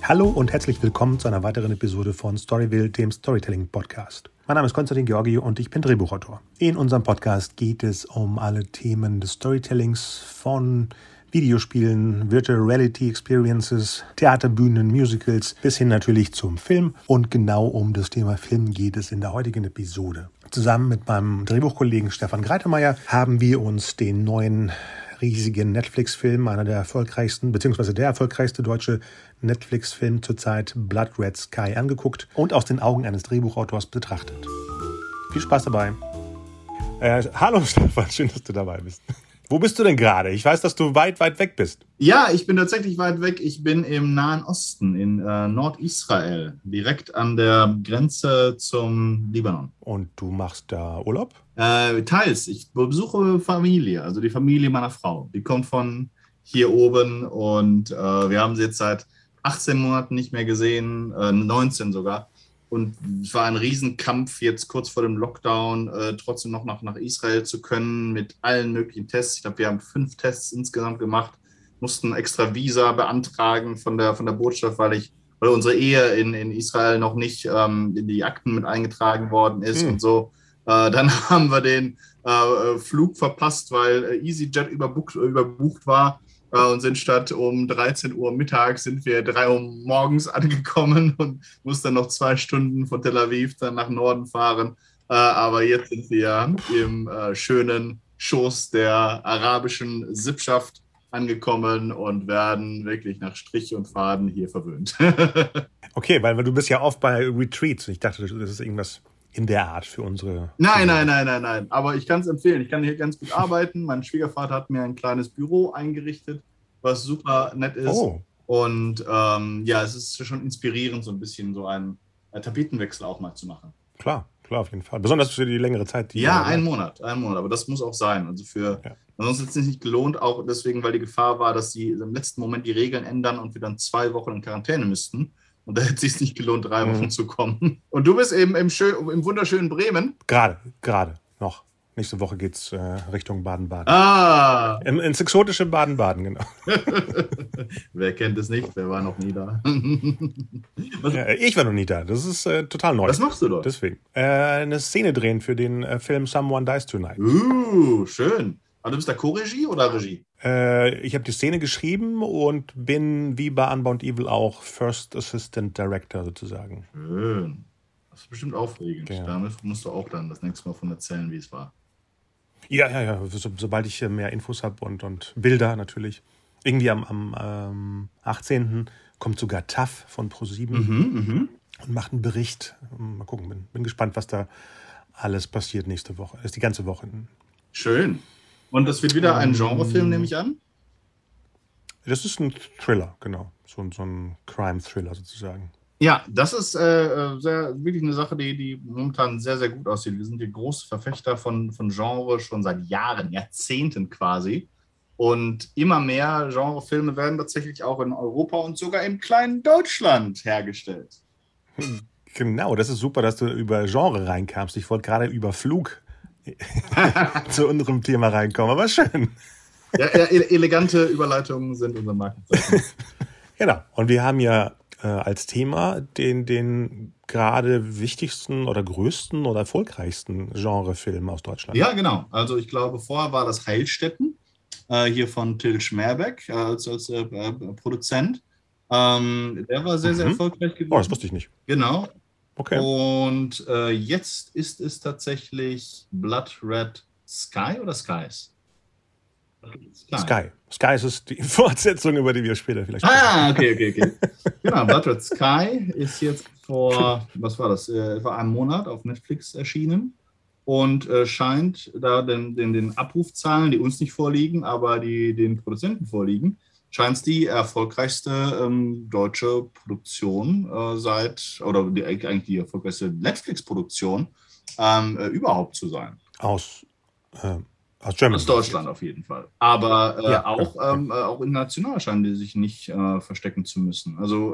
Hallo und herzlich willkommen zu einer weiteren Episode von Storyville, dem Storytelling-Podcast. Mein Name ist Konstantin Georgiou und ich bin Drehbuchautor. In unserem Podcast geht es um alle Themen des Storytellings von Videospielen, Virtual Reality Experiences, Theaterbühnen, Musicals bis hin natürlich zum Film. Und genau um das Thema Film geht es in der heutigen Episode. Zusammen mit meinem Drehbuchkollegen Stefan Greitemeyer haben wir uns den neuen riesigen Netflix-Film, einer der erfolgreichsten, beziehungsweise der erfolgreichste deutsche Netflix-Film zurzeit, Blood Red Sky, angeguckt und aus den Augen eines Drehbuchautors betrachtet. Viel Spaß dabei. Hallo Stefan, schön, dass du dabei bist. Wo bist du denn gerade? Ich weiß, dass du weit, weit weg bist. Ja, ich bin tatsächlich weit weg. Ich bin im Nahen Osten, in Nordisrael, direkt an der Grenze zum Libanon. Und du machst da Urlaub? Teils. Ich besuche Familie, also die Familie meiner Frau. Die kommt von hier oben und wir haben sie jetzt seit 18 Monaten nicht mehr gesehen, 19 sogar. Und es war ein Riesenkampf, jetzt kurz vor dem Lockdown trotzdem noch nach Israel zu können mit allen möglichen Tests. Ich glaube, wir haben 5 Tests insgesamt gemacht, mussten extra Visa beantragen von der Botschaft, weil unsere Ehe in Israel noch nicht in die Akten mit eingetragen worden ist und so. Dann haben wir den Flug verpasst, weil EasyJet überbucht war. Und sind statt um 13 Uhr mittags sind wir 3 Uhr morgens angekommen und mussten dann noch 2 Stunden von Tel Aviv dann nach Norden fahren. Aber jetzt sind wir im schönen Schoß der arabischen Sippschaft angekommen und werden wirklich nach Strich und Faden hier verwöhnt. Okay, weil du bist ja oft bei Retreats. Ich dachte, das ist irgendwas in der Art für unsere... Nein. Aber ich kann es empfehlen. Ich kann hier ganz gut arbeiten. Mein Schwiegervater hat mir ein kleines Büro eingerichtet, was super nett ist. Oh. Und es ist schon inspirierend, so ein bisschen so einen Tapetenwechsel auch mal zu machen. Klar, auf jeden Fall. Besonders für die längere Zeit. Ja, einen Monat. Aber das muss auch sein. Also sonst hat es nicht gelohnt, auch deswegen, weil die Gefahr war, dass sie im letzten Moment die Regeln ändern und wir dann 2 Wochen in Quarantäne müssten. Und da hätte es sich nicht gelohnt, 3 Wochen zu kommen. Und du bist eben im wunderschönen Bremen? Gerade noch. Nächste Woche geht's Richtung Baden-Baden. Ins exotische Baden-Baden, genau. Wer kennt es nicht? Wer war noch nie da? Ich war noch nie da. Das ist total neu. Was machst du dort? Deswegen. Eine Szene drehen für den Film Someone Dies Tonight. Schön. Aber du bist da Co-Regie oder Regie? Ich habe die Szene geschrieben und bin wie bei Unbound Evil auch First Assistant Director sozusagen. Schön. Das ist bestimmt aufregend. Ja. Damit musst du auch dann das nächste Mal von erzählen, wie es war. Ja. Sobald ich mehr Infos habe und Bilder natürlich. Irgendwie am 18. kommt sogar TAF von ProSieben und macht einen Bericht. Mal gucken, bin gespannt, was da alles passiert nächste Woche. Das ist die ganze Woche. Schön. Und das wird wieder ein Genrefilm, nehme ich an? Das ist ein Thriller, genau. So ein Crime-Thriller sozusagen. Ja, das ist wirklich eine Sache, die momentan sehr, sehr gut aussieht. Wir sind hier große Verfechter von Genre schon seit Jahren, Jahrzehnten quasi. Und immer mehr Genrefilme werden tatsächlich auch in Europa und sogar im kleinen Deutschland hergestellt. Genau, das ist super, dass du über Genre reinkamst. Ich wollte gerade über Flug zu unserem Thema reinkommen, aber schön. Ja, elegante Überleitungen sind unser Markenzeichen. Genau, und wir haben ja als Thema den gerade wichtigsten oder größten oder erfolgreichsten Genrefilm aus Deutschland. Ja, genau. Also ich glaube, vorher war das Heilstätten, hier von Till Schmerbeck als Produzent. Der war sehr, sehr erfolgreich gewesen. Oh, das wusste ich nicht. Genau. Okay. Und jetzt ist es tatsächlich Blood Red Sky oder Skies? Sky ist die Fortsetzung, über die wir später vielleicht sprechen. Okay. Genau, Blood Red Sky ist jetzt vor einem Monat auf Netflix erschienen und scheint da den Abrufzahlen, die uns nicht vorliegen, aber die den Produzenten vorliegen, scheint es die erfolgreichste deutsche Produktion eigentlich die erfolgreichste Netflix-Produktion überhaupt zu sein. Aus Aus Deutschland auf jeden Fall. Aber Ja, auch international scheinen die sich nicht verstecken zu müssen. Also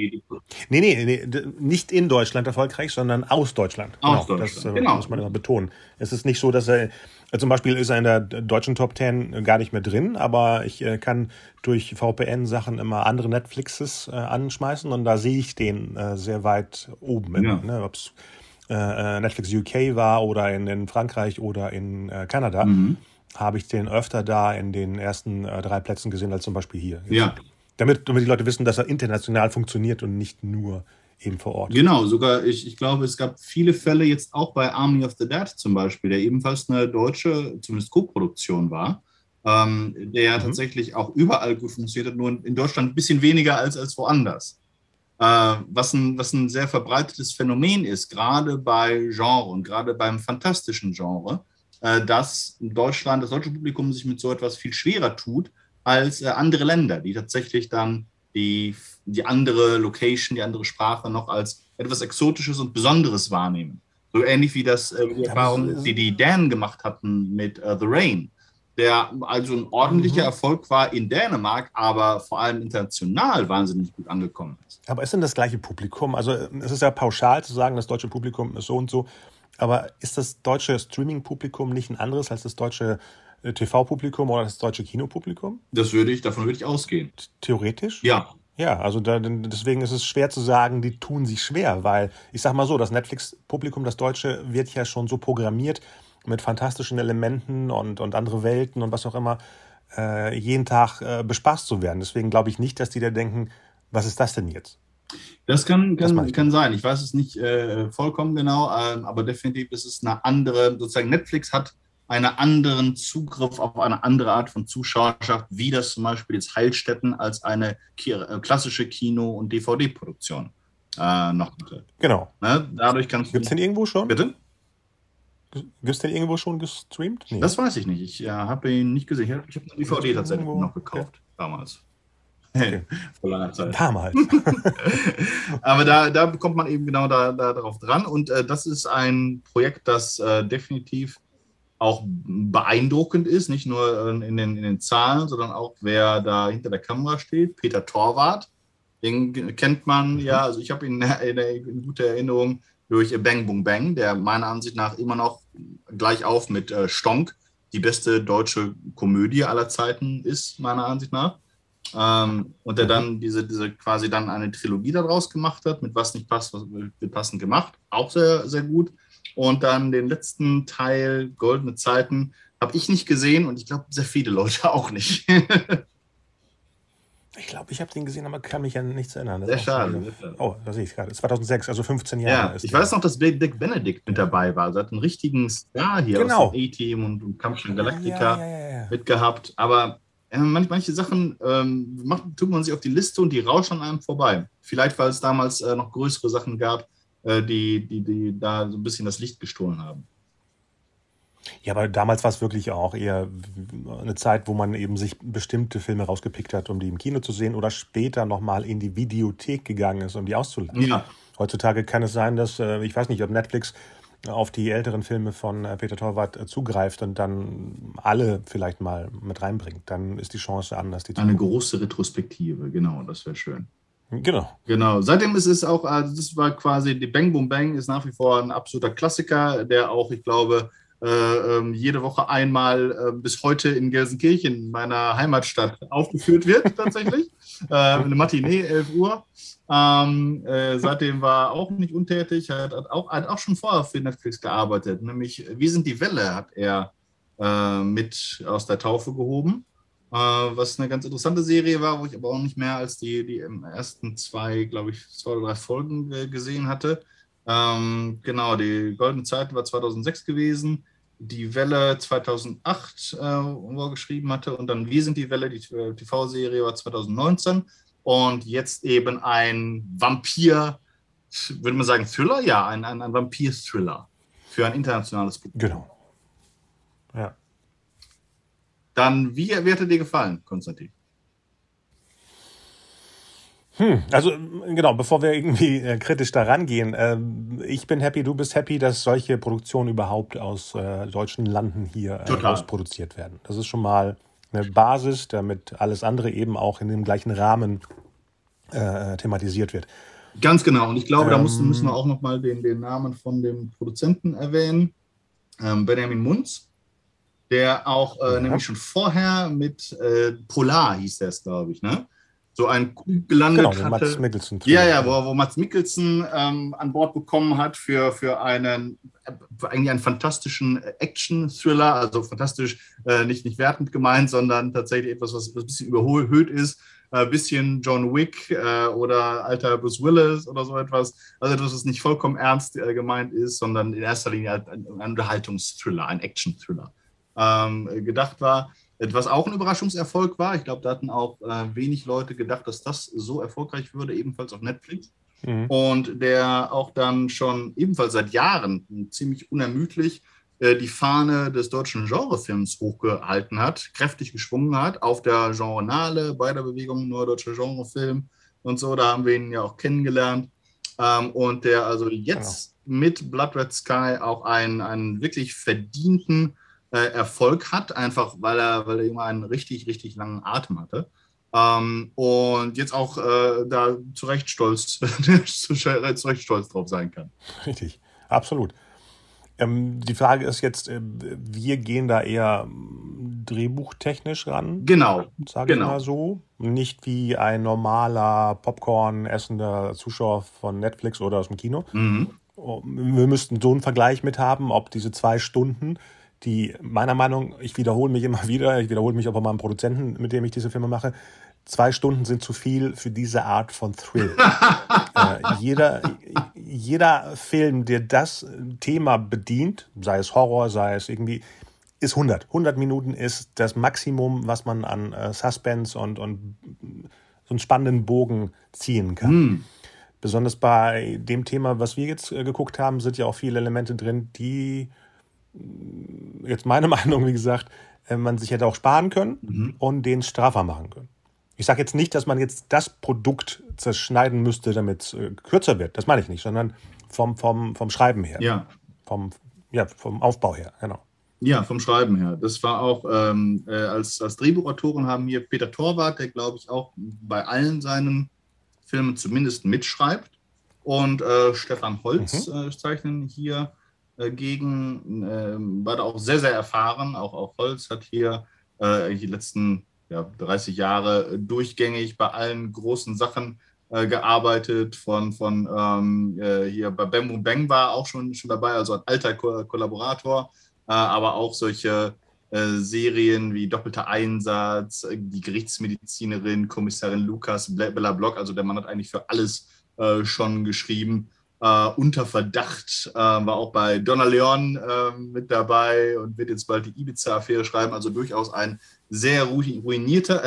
Nee, nicht in Deutschland erfolgreich, sondern aus Deutschland. aus Genau, das Deutschland, genau. muss man immer betonen. Es ist nicht so, dass zum Beispiel ist er in der deutschen Top 10 gar nicht mehr drin, aber ich kann durch VPN-Sachen immer andere Netflixes anschmeißen und da sehe ich den sehr weit oben immer. Ja. Ne? Ob es Netflix UK war oder in Frankreich oder in Kanada, habe ich den öfter da in den ersten 3 Plätzen gesehen als zum Beispiel hier. Ja. Damit die Leute wissen, dass er international funktioniert und nicht nur eben vor Ort. Genau, sogar ich glaube, es gab viele Fälle jetzt auch bei Army of the Dead zum Beispiel, der ebenfalls eine deutsche, zumindest Co-Produktion war, der tatsächlich auch überall gut funktioniert hat, nur in Deutschland ein bisschen weniger als woanders. Was ein sehr verbreitetes Phänomen ist, gerade bei Genre und gerade beim fantastischen Genre, dass das deutsche Publikum sich mit so etwas viel schwerer tut als andere Länder, die tatsächlich dann die andere Location, die andere Sprache noch als etwas Exotisches und Besonderes wahrnehmen. So ähnlich wie die Erfahrung, die Dan gemacht hatten mit The Rain, der also ein ordentlicher Erfolg war in Dänemark, aber vor allem international wahnsinnig gut angekommen ist. Aber ist denn das gleiche Publikum? Also es ist ja pauschal zu sagen, das deutsche Publikum ist so und so, aber ist das deutsche Streaming-Publikum nicht ein anderes als das deutsche TV-Publikum oder das deutsche Kinopublikum? Davon würde ich ausgehen. Theoretisch? Ja. Ja, also deswegen ist es schwer zu sagen, die tun sich schwer, weil ich sag mal so, das Netflix-Publikum, das Deutsche, wird ja schon so programmiert mit fantastischen Elementen und andere Welten und was auch immer, jeden Tag bespaßt zu werden. Deswegen glaube ich nicht, dass die da denken, was ist das denn jetzt? Das kann sein. Ich weiß es nicht vollkommen genau, aber definitiv ist es eine andere, sozusagen Netflix hat einen anderen Zugriff auf eine andere Art von Zuschauerschaft, wie das zum Beispiel jetzt Heilstätten als eine klassische Kino- und DVD-Produktion noch hatte. Genau. Ne? Dadurch kannst du. Gibt es den irgendwo schon? Bitte? Gibt es den irgendwo schon gestreamt? Nee. Das weiß ich nicht. Ich habe ihn nicht gesehen. Ich habe eine DVD tatsächlich noch gekauft, damals. Okay. Vor langer Zeit. Damals. Aber da bekommt man eben genau darauf dran. Und das ist ein Projekt, das definitiv auch beeindruckend ist, nicht nur in den Zahlen, sondern auch, wer da hinter der Kamera steht. Peter Torwart, den kennt man ja, also ich habe ihn in guter Erinnerung durch Bang Boom Bang, der meiner Ansicht nach immer noch gleich auf mit Stonk die beste deutsche Komödie aller Zeiten ist, meiner Ansicht nach. Und der dann diese quasi dann eine Trilogie daraus gemacht hat, mit was nicht passt, was wird passend gemacht. Auch sehr, sehr gut. Und dann den letzten Teil, Goldene Zeiten, habe ich nicht gesehen und ich glaube, sehr viele Leute auch nicht. Ich glaube, ich habe den gesehen, aber kann mich an nichts erinnern. Sehr schade. Oh, da sehe ich gerade. 2006, also 15 Jahre. Ja, ich weiß noch, dass Dick Benedict mit dabei war. Also hat einen richtigen Star hier aus dem A-Team und Kampfstein Galactica mitgehabt. Aber manche Sachen tut man sich auf die Liste und die rauschen an einem vorbei. Vielleicht, weil es damals noch größere Sachen gab, die da so ein bisschen das Licht gestohlen haben. Ja, aber damals war es wirklich auch eher eine Zeit, wo man eben sich bestimmte Filme rausgepickt hat, um die im Kino zu sehen oder später nochmal in die Videothek gegangen ist, um die auszuleihen. Ja. Heutzutage kann es sein, dass, ich weiß nicht, ob Netflix auf die älteren Filme von Peter Torwart zugreift und dann alle vielleicht mal mit reinbringt. Dann ist die Chance anders. Eine große Retrospektive, genau, das wäre schön. Genau. Seitdem ist es auch, also das war quasi, die Bang Boom Bang ist nach wie vor ein absoluter Klassiker, der auch, ich glaube, jede Woche einmal bis heute in Gelsenkirchen, meiner Heimatstadt, aufgeführt wird, tatsächlich. Eine Matinee, 11 Uhr. Seitdem war er auch nicht untätig, hat auch schon vorher für Netflix gearbeitet, nämlich Wir sind die Welle hat er mit aus der Taufe gehoben, was eine ganz interessante Serie war, wo ich aber auch nicht mehr als die ersten 2 oder 3 Folgen gesehen hatte. Genau, die Goldene Zeit war 2006 gewesen, die Welle 2008, wo er geschrieben hatte, und dann Wir sind die Welle, die TV-Serie war 2019 und jetzt eben ein Vampir, würde man sagen Thriller? Ja, ein Vampir-Thriller für ein internationales Publikum. Genau. Ja. Dann, wie hat er dir gefallen, Konstantin? Also genau, bevor wir irgendwie kritisch da rangehen, ich bin happy, du bist happy, dass solche Produktionen überhaupt aus deutschen Landen hier rausproduziert werden. Das ist schon mal eine Basis, damit alles andere eben auch in dem gleichen Rahmen thematisiert wird. Ganz genau. Und ich glaube, da müssen wir auch nochmal den Namen von dem Produzenten erwähnen, Benjamin Munz, der auch nämlich schon vorher mit Polar hieß der es, glaube ich, ne? So ein Coup gelandet hatte. Mats Mikkelsen. Wo Mats Mikkelsen an Bord bekommen hat für eigentlich einen fantastischen Action-Thriller, also fantastisch nicht wertend gemeint, sondern tatsächlich etwas, was ein bisschen überhöht ist, ein bisschen John Wick oder alter Bruce Willis oder so etwas. Also etwas, was nicht vollkommen ernst gemeint ist, sondern in erster Linie ein Unterhaltungsthriller, ein Action-Thriller gedacht war. Was auch ein Überraschungserfolg war. Ich glaube, da hatten auch wenig Leute gedacht, dass das so erfolgreich würde, ebenfalls auf Netflix. Und der auch dann schon ebenfalls seit Jahren ziemlich unermüdlich die Fahne des deutschen Genrefilms hochgehalten hat, kräftig geschwungen hat, auf der Genrenale, bei der Bewegung Neuer Deutscher Genrefilm und so. Da haben wir ihn ja auch kennengelernt. Und der also jetzt mit Blood Red Sky auch einen wirklich verdienten Erfolg hat, einfach weil er immer einen richtig, richtig langen Atem hatte. Und jetzt auch da zu Recht stolz drauf sein kann. Richtig, absolut. Die Frage ist jetzt, wir gehen da eher drehbuchtechnisch ran. Genau. Sage ich mal so. Nicht wie ein normaler Popcorn essender Zuschauer von Netflix oder aus dem Kino. Wir müssten so einen Vergleich mit haben, ob diese 2 Stunden, die meiner Meinung, ich wiederhole mich immer wieder, ich wiederhole mich auch bei meinem Produzenten, mit dem ich diese Filme mache, 2 Stunden sind zu viel für diese Art von Thrill. Jeder Film, der das Thema bedient, sei es Horror, sei es irgendwie, ist 100. 100 Minuten ist das Maximum, was man an Suspense und so einen spannenden Bogen ziehen kann. Besonders bei dem Thema, was wir jetzt geguckt haben, sind ja auch viele Elemente drin, die jetzt meine Meinung, wie gesagt, man sich hätte auch sparen können und den straffer machen können. Ich sage jetzt nicht, dass man jetzt das Produkt zerschneiden müsste, damit es kürzer wird. Das meine ich nicht, sondern vom Schreiben her. Ja. Vom Aufbau her, genau. Ja, vom Schreiben her. Das war auch, als Drehbuchautoren haben wir Peter Torwart, der, glaube ich, auch bei allen seinen Filmen zumindest mitschreibt. Und Stefan Holz zeichnen hier war da auch sehr, sehr erfahren. Auch Holz hat hier die letzten 30 Jahre durchgängig bei allen großen Sachen gearbeitet. Hier bei Bang Boom Bang war auch schon dabei, also ein alter Kollaborator, aber auch solche Serien wie Doppelter Einsatz, die Gerichtsmedizinerin, Kommissarin Lukas, Bella Block, also der Mann hat eigentlich für alles schon geschrieben. Unter Verdacht war auch bei Donna Leon mit dabei und wird jetzt bald die Ibiza-Affäre schreiben, also durchaus ein sehr routinierter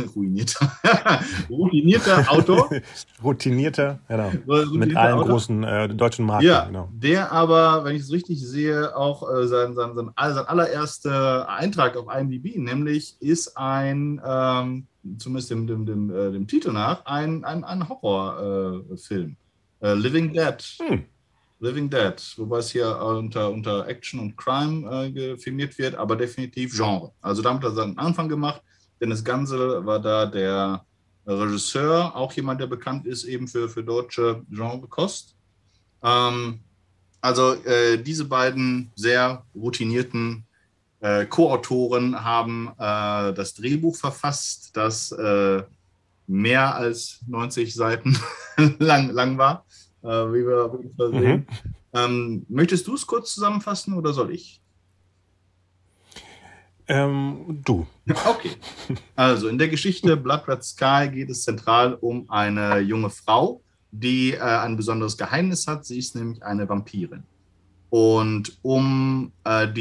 Autor. Routinierter, genau. Mit allen Autor. Großen deutschen Marken. Ja, genau. Der aber, wenn ich es richtig sehe, auch sein allererster Eintrag auf IMDb, nämlich ist zumindest dem Titel nach, ein Horrorfilm. Living Dead. Living Dead, wobei es hier unter Action und Crime filmiert wird, aber definitiv Genre. Also damit hat er seinen Anfang gemacht. Dennis Gansel war da der Regisseur, auch jemand, der bekannt ist eben für deutsche Genrekost. Diese beiden sehr routinierten Co-Autoren haben das Drehbuch verfasst, das mehr als 90 Seiten lang war, wie wir auf jeden Fall sehen. Möchtest du es kurz zusammenfassen oder soll ich? Du. Okay. Also in der Geschichte Blood Red Sky geht es zentral um eine junge Frau, die ein besonderes Geheimnis hat. Sie ist nämlich eine Vampirin. Und um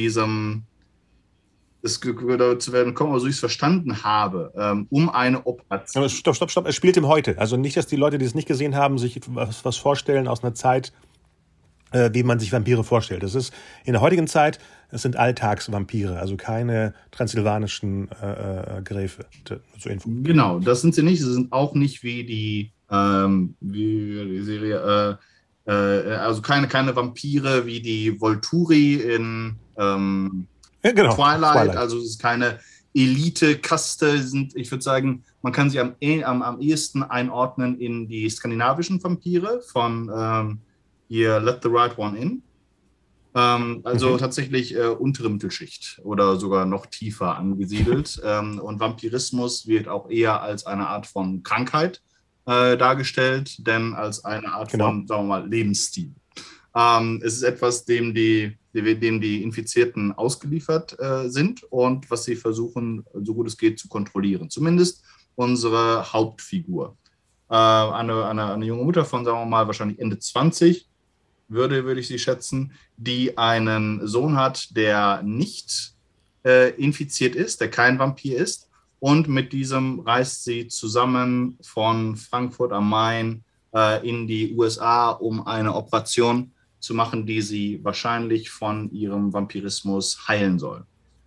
es zu werden kommen, so ich es verstanden habe, um eine Operation. Stopp. Es spielt im Heute. Also nicht, dass die Leute, die es nicht gesehen haben, sich was vorstellen aus einer Zeit, wie man sich Vampire vorstellt. Das ist in der heutigen Zeit, es sind Alltagsvampire, also keine transsilvanischen Gräfe. Zur Info. Genau, das sind sie nicht. Sie sind auch nicht wie die wie die Serie, also keine Vampire wie die Volturi in genau, Twilight, also es ist keine Elite-Kaste, ich würde sagen, man kann sie am ehesten einordnen in die skandinavischen Vampire von hier Let the Right One In. Also tatsächlich untere Mittelschicht oder sogar noch tiefer angesiedelt. Und Vampirismus wird auch eher als eine Art von Krankheit dargestellt, denn als eine Art von, sagen wir mal, Lebensstil. Es ist etwas, dem die Infizierten ausgeliefert sind und was sie versuchen, so gut es geht, zu kontrollieren. Zumindest unsere Hauptfigur. Eine junge Mutter von, sagen wir mal, wahrscheinlich Ende 20, würde ich sie schätzen, die einen Sohn hat, der nicht infiziert ist, der kein Vampir ist. Und mit diesem reist sie zusammen von Frankfurt am Main in die USA, um eine Operation zu machen, die sie wahrscheinlich von ihrem Vampirismus heilen soll.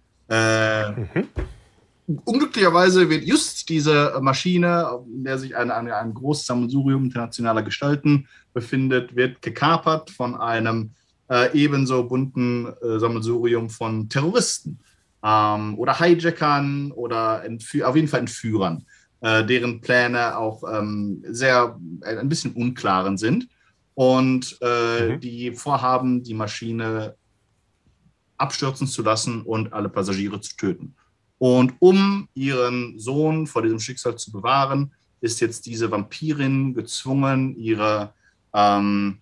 Unglücklicherweise wird just diese Maschine, in der sich ein großes Sammelsurium internationaler Gestalten befindet, wird gekapert von einem ebenso bunten Sammelsurium von Terroristen oder Hijackern oder auf jeden Fall Entführern, deren Pläne auch ein bisschen unklaren sind und die vorhaben, die Maschine abstürzen zu lassen und alle Passagiere zu töten. Und um ihren Sohn vor diesem Schicksal zu bewahren, ist jetzt diese Vampirin gezwungen, ihre allen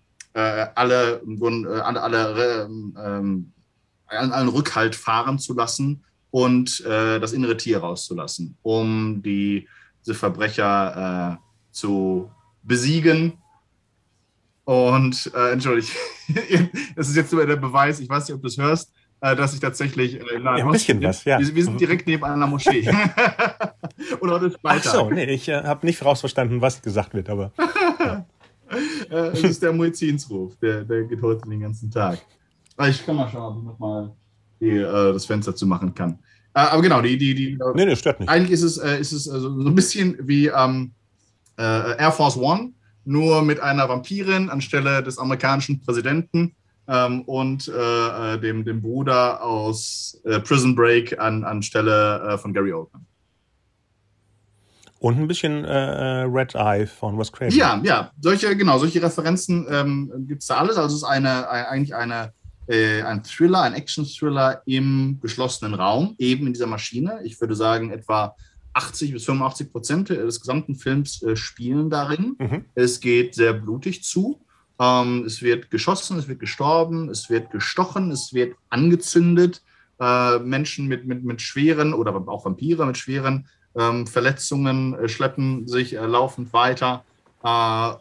Rückhalt fahren zu lassen und das innere Tier rauszulassen, um diese Verbrecher zu besiegen. Und entschuldige, das ist jetzt nur der Beweis, ich weiß nicht, ob du es hörst, dass ich tatsächlich ein bisschen was, ja. Wir sind direkt neben einer Moschee. Oder das Ach so, nee, ich habe nicht vorausverstanden, was gesagt wird, aber ja. Es ist der Muezzinsruf, der geht heute den ganzen Tag. Ich kann mal schauen, ob ich nochmal das Fenster zu machen kann. Aber genau, nee, stört nicht. Eigentlich ist es also so ein bisschen wie Air Force One, nur mit einer Vampirin anstelle des amerikanischen Präsidenten. Und dem Bruder aus Prison Break anstelle von Gary Oldman. Und ein bisschen Red Eye von Wes Craven. Ja, solche Referenzen gibt es da alles. Also es ist eigentlich ein Thriller, ein Action-Thriller im geschlossenen Raum, eben in dieser Maschine. Ich würde sagen, etwa 80-85% des gesamten Films spielen darin. Es geht sehr blutig zu. Es wird geschossen, es wird gestorben, es wird gestochen, es wird angezündet. Menschen mit schweren oder auch Vampire mit schweren Verletzungen schleppen sich laufend weiter. Da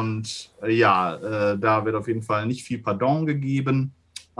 wird auf jeden Fall nicht viel Pardon gegeben.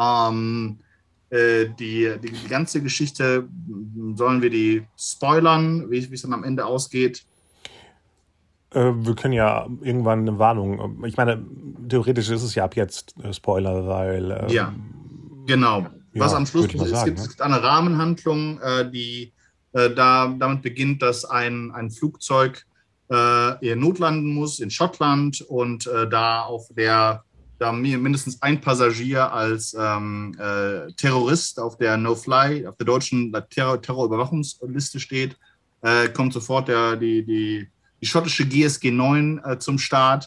Die ganze Geschichte, sollen wir die spoilern, wie es dann am Ende ausgeht? Wir können ja irgendwann eine Warnung. Ich meine, theoretisch ist es ja ab jetzt Spoiler, weil. Ja, genau. Was am Schluss ist, es gibt eine Rahmenhandlung, die damit beginnt, dass ein Flugzeug notlanden muss in Schottland und da mindestens ein Passagier als Terrorist auf der No-Fly, auf der deutschen Terrorüberwachungsliste steht, kommt sofort die schottische GSG 9 zum Start,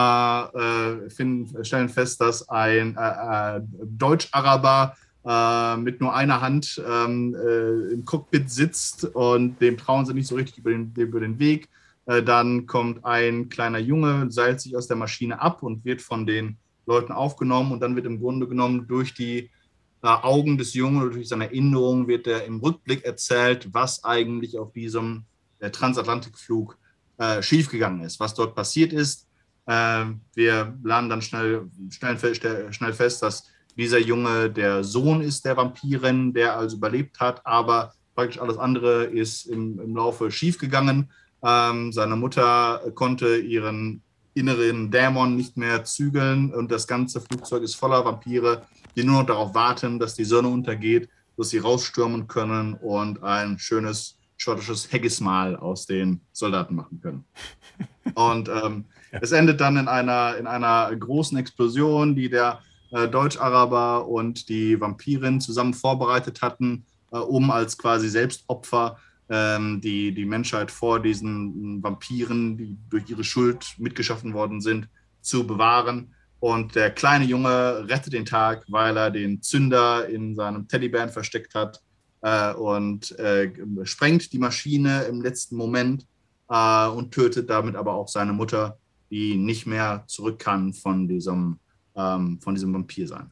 stellen fest, dass ein Deutsch-Araber mit nur einer Hand im Cockpit sitzt und dem trauen sie nicht so richtig über den Weg. Dann kommt ein kleiner Junge, seilt sich aus der Maschine ab und wird von den Leuten aufgenommen und dann wird im Grunde genommen durch die Augen des Jungen oder durch seine Erinnerung wird er im Rückblick erzählt, was eigentlich auf diesem Transatlantikflug schiefgegangen ist, was dort passiert ist. Wir lernen dann schnell fest, dass dieser Junge der Sohn ist der Vampirin, der also überlebt hat, aber praktisch alles andere ist im Laufe schiefgegangen. Seine Mutter konnte ihren inneren Dämon nicht mehr zügeln und das ganze Flugzeug ist voller Vampire, die nur noch darauf warten, dass die Sonne untergeht, dass sie rausstürmen können und ein schönes schottisches Heggesmahl aus den Soldaten machen können. Und es endet dann in einer großen Explosion, die der Deutsch-Araber und die Vampirin zusammen vorbereitet hatten, um als quasi Selbstopfer die Menschheit vor diesen Vampiren, die durch ihre Schuld mitgeschaffen worden sind, zu bewahren. Und der kleine Junge rettet den Tag, weil er den Zünder in seinem Teddybären versteckt hat und sprengt die Maschine im letzten Moment und tötet damit aber auch seine Mutter, die nicht mehr zurück kann von diesem Vampir sein.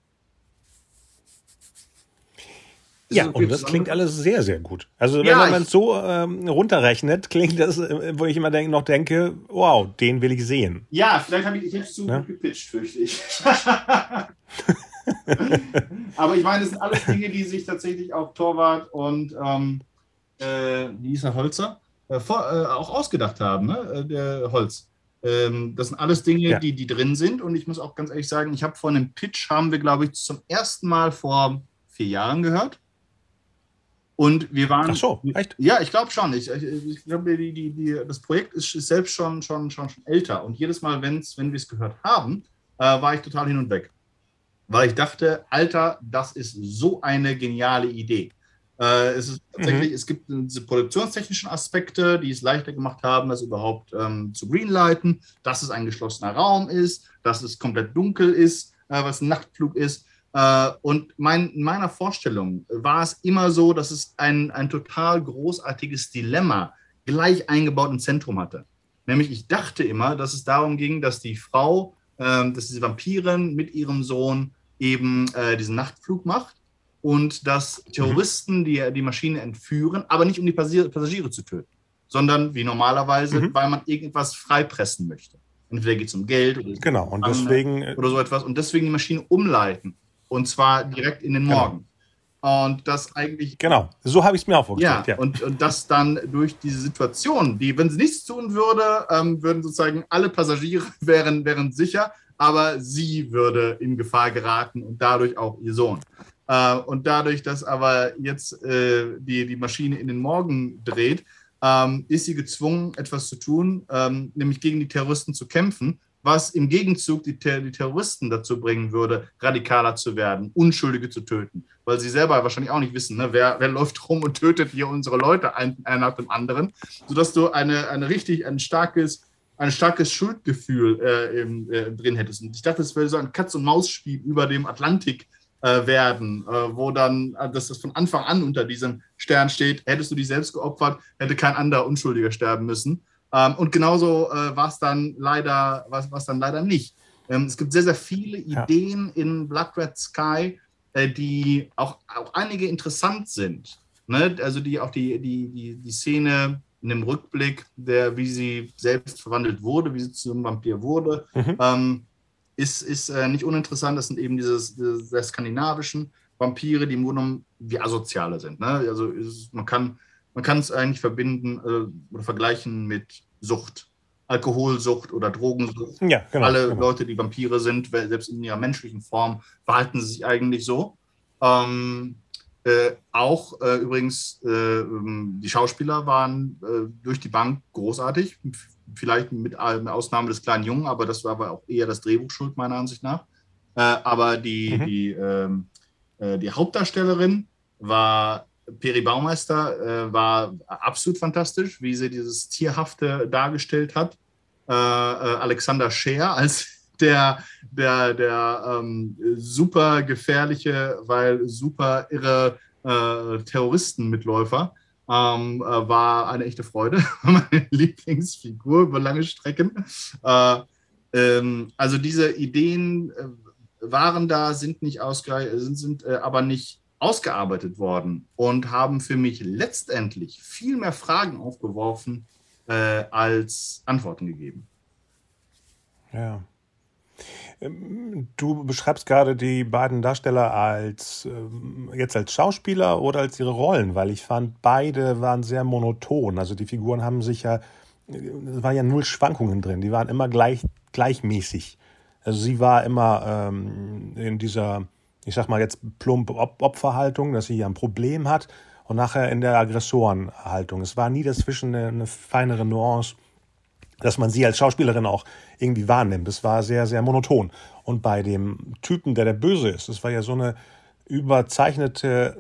Ja, und das klingt alles sehr, sehr gut. Also wenn man es so runterrechnet, klingt das, wo ich immer denke, wow, den will ich sehen. Ja, vielleicht habe ich zu gut gepitcht, fürchte ich. Aber ich meine, das sind alles Dinge, die sich tatsächlich auch Torwart und wie hieß er, Holzer, auch ausgedacht haben, ne? Der Holz. Das sind alles Dinge, die drin sind. Und ich muss auch ganz ehrlich sagen, ich habe von einem Pitch, haben wir, glaube ich, zum ersten Mal vor 4 Jahren gehört. Und wir waren. Ach so, echt? Ja, ich glaube schon. Ich glaube, das Projekt ist selbst schon älter. Und jedes Mal, wenn wir es gehört haben, war ich total hin und weg. Weil ich dachte, Alter, das ist so eine geniale Idee. Es ist tatsächlich, es gibt diese produktionstechnischen Aspekte, die es leichter gemacht haben, das überhaupt zu greenlighten, dass es ein geschlossener Raum ist, dass es komplett dunkel ist, was ein Nachtflug ist. Und in meiner Vorstellung war es immer so, dass es ein total großartiges Dilemma gleich eingebaut im Zentrum hatte. Nämlich, ich dachte immer, dass es darum ging, dass die Frau, dass diese Vampirin mit ihrem Sohn eben diesen Nachtflug macht und dass Terroristen die Maschine entführen, aber nicht um die Passagiere zu töten, sondern wie normalerweise, weil man irgendwas freipressen möchte. Entweder geht es um Geld oder und deswegen oder so etwas und deswegen die Maschine umleiten. Und zwar direkt in den Morgen. Und das eigentlich. Genau, so habe ich es mir auch vorgestellt. Ja. Und das dann durch diese Situation, die, wenn sie nichts tun würde, würden sozusagen alle Passagiere wären sicher, aber sie würde in Gefahr geraten und dadurch auch ihr Sohn. Und dadurch, dass aber jetzt die Maschine in den Morgen dreht, ist sie gezwungen, etwas zu tun, nämlich gegen die Terroristen zu kämpfen, was im Gegenzug die Terroristen dazu bringen würde, radikaler zu werden, Unschuldige zu töten. Weil sie selber wahrscheinlich auch nicht wissen, ne, wer läuft rum und tötet hier unsere Leute, einen nach dem anderen, sodass du ein starkes Schuldgefühl drin hättest. Und ich dachte, es würde so ein Katz-und-Maus-Spiel über dem Atlantik werden, wo dann das von Anfang an unter diesem Stern steht, hättest du dich selbst geopfert, hätte kein anderer Unschuldiger sterben müssen. Und genauso war es dann leider nicht. Es gibt sehr, sehr viele Ideen in Blood Red Sky, die auch einige interessant sind. Ne? Also die Szene in dem Rückblick, wie sie selbst verwandelt wurde, wie sie zu einem Vampir wurde, ist nicht uninteressant. Das sind eben diese sehr skandinavischen Vampire, die im Grunde genommen wie Asoziale sind. Ne? Also man kann es eigentlich verbinden oder vergleichen mit Sucht, Alkoholsucht oder Drogensucht. Ja, genau, Alle Leute, die Vampire sind, selbst in ihrer menschlichen Form, verhalten sie sich eigentlich so. Übrigens, die Schauspieler waren durch die Bank großartig, vielleicht mit Ausnahme des kleinen Jungen, aber das war aber auch eher das Drehbuch schuld, meiner Ansicht nach. Aber die Hauptdarstellerin war Peri Baumeister, war absolut fantastisch, wie sie dieses Tierhafte dargestellt hat. Alexander Scheer als der super gefährliche, weil super irre Terroristenmitläufer, war eine echte Freude. Meine Lieblingsfigur über lange Strecken. Also diese Ideen waren da, sind aber nicht ausgearbeitet worden und haben für mich letztendlich viel mehr Fragen aufgeworfen als Antworten gegeben. Ja. Du beschreibst gerade die beiden Darsteller jetzt als Schauspieler oder als ihre Rollen, weil ich fand, beide waren sehr monoton. Also die Figuren haben sich es waren ja null Schwankungen drin, die waren immer gleichmäßig. Also sie war immer in dieser, ich sag mal jetzt plump Opferhaltung, dass sie ja ein Problem hat und nachher in der Aggressorenhaltung. Es war nie dazwischen eine feinere Nuance, dass man sie als Schauspielerin auch irgendwie wahrnimmt. Es war sehr, sehr monoton. Und bei dem Typen, der Böse ist, das war ja so eine überzeichnete,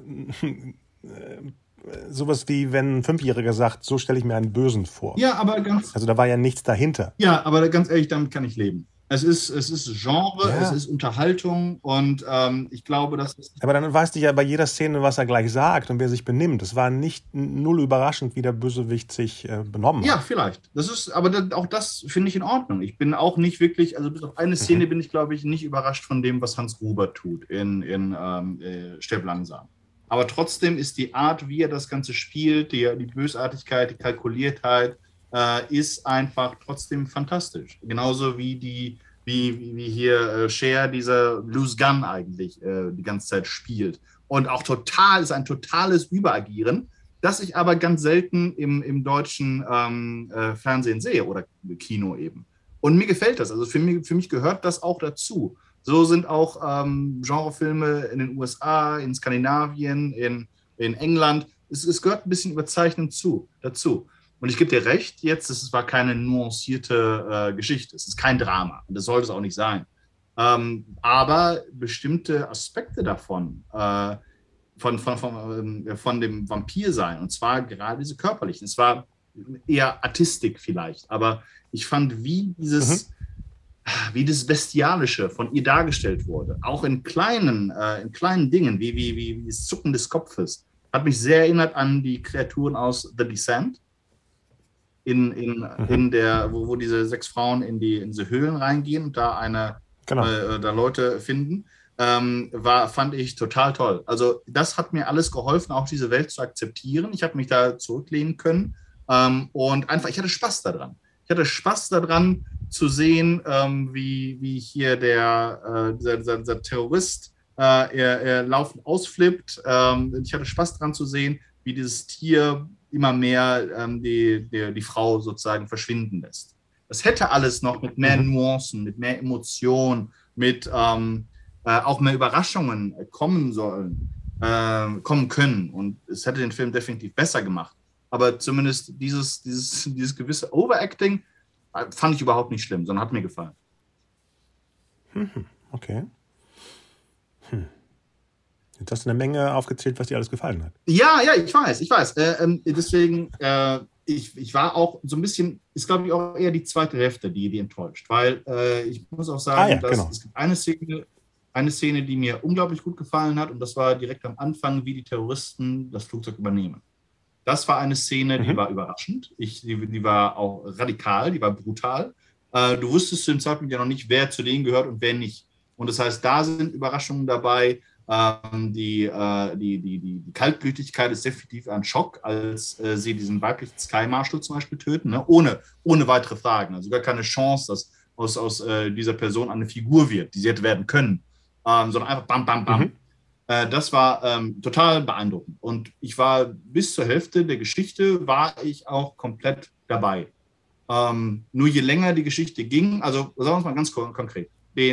sowas wie wenn ein Fünfjähriger sagt, so stelle ich mir einen Bösen vor. Ja, aber also da war ja nichts dahinter. Ja, aber ganz ehrlich, damit kann ich leben. Es ist Genre, Ja. es ist Unterhaltung und ich glaube, dass es. Aber dann weißt du ja bei jeder Szene, was er gleich sagt und wer sich benimmt. Es war nicht null überraschend, wie der Bösewicht sich benommen hat. Ja, vielleicht. Auch das finde ich in Ordnung. Ich bin auch nicht wirklich, also bis auf eine Szene bin ich, glaube ich, nicht überrascht von dem, was Hans Gruber tut in Stirb langsam. Aber trotzdem ist die Art, wie er das Ganze spielt, die Bösartigkeit, die Kalkuliertheit, ist einfach trotzdem fantastisch. Genauso wie hier Cher dieser Loose Gun eigentlich die ganze Zeit spielt. Und auch ist ein totales Überagieren, das ich aber ganz selten im deutschen Fernsehen sehe oder Kino eben. Und mir gefällt das. Also für mich gehört das auch dazu. So sind auch Genrefilme in den USA, in Skandinavien, in England. Es gehört ein bisschen überzeichnend dazu. Und ich gebe dir recht, jetzt, es war keine nuancierte Geschichte. Es ist kein Drama. Und das sollte es auch nicht sein. Aber bestimmte Aspekte davon, von dem Vampirsein, und zwar gerade diese körperlichen, es war eher Artistik vielleicht, aber ich fand, wie das Bestialische von ihr dargestellt wurde, auch in kleinen Dingen, wie das Zucken des Kopfes, hat mich sehr erinnert an die Kreaturen aus The Descent, wo diese 6 Frauen in diese Höhlen reingehen und da da Leute finden, fand ich total toll. Also das hat mir alles geholfen, auch diese Welt zu akzeptieren. Ich habe mich da zurücklehnen können und einfach, ich hatte Spaß daran. Ich hatte Spaß daran zu sehen, wie hier dieser Terrorist er laufend ausflippt. Ich hatte Spaß daran zu sehen, wie dieses Tier immer mehr die Frau sozusagen verschwinden lässt. Das hätte alles noch mit mehr Nuancen, mit mehr Emotionen, mit auch mehr Überraschungen kommen können. Und es hätte den Film definitiv besser gemacht. Aber zumindest dieses gewisse Overacting fand ich überhaupt nicht schlimm, sondern hat mir gefallen. Okay. Jetzt hast du eine Menge aufgezählt, was dir alles gefallen hat. Ja, ich weiß. Deswegen, ich war auch so ein bisschen, ist glaube ich auch eher die zweite Hälfte, die enttäuscht. Weil ich muss auch sagen, es gibt eine Szene, die mir unglaublich gut gefallen hat, und das war direkt am Anfang, wie die Terroristen das Flugzeug übernehmen. Das war eine Szene, die war überraschend. Die war auch radikal, die war brutal. Du wusstest zu dem Zeitpunkt ja noch nicht, wer zu denen gehört und wer nicht. Und das heißt, da sind Überraschungen dabei. Die Kaltblütigkeit ist definitiv ein Schock, als sie diesen weiblichen Sky Marshal zum Beispiel töten, ne? ohne weitere Fragen. Also gar keine Chance, dass aus dieser Person eine Figur wird, die sie hätte werden können, sondern einfach bam, bam, bam. Das war total beeindruckend. Und ich war bis zur Hälfte der Geschichte, war ich auch komplett dabei. Nur je länger die Geschichte ging, also sagen wir es mal ganz konkret,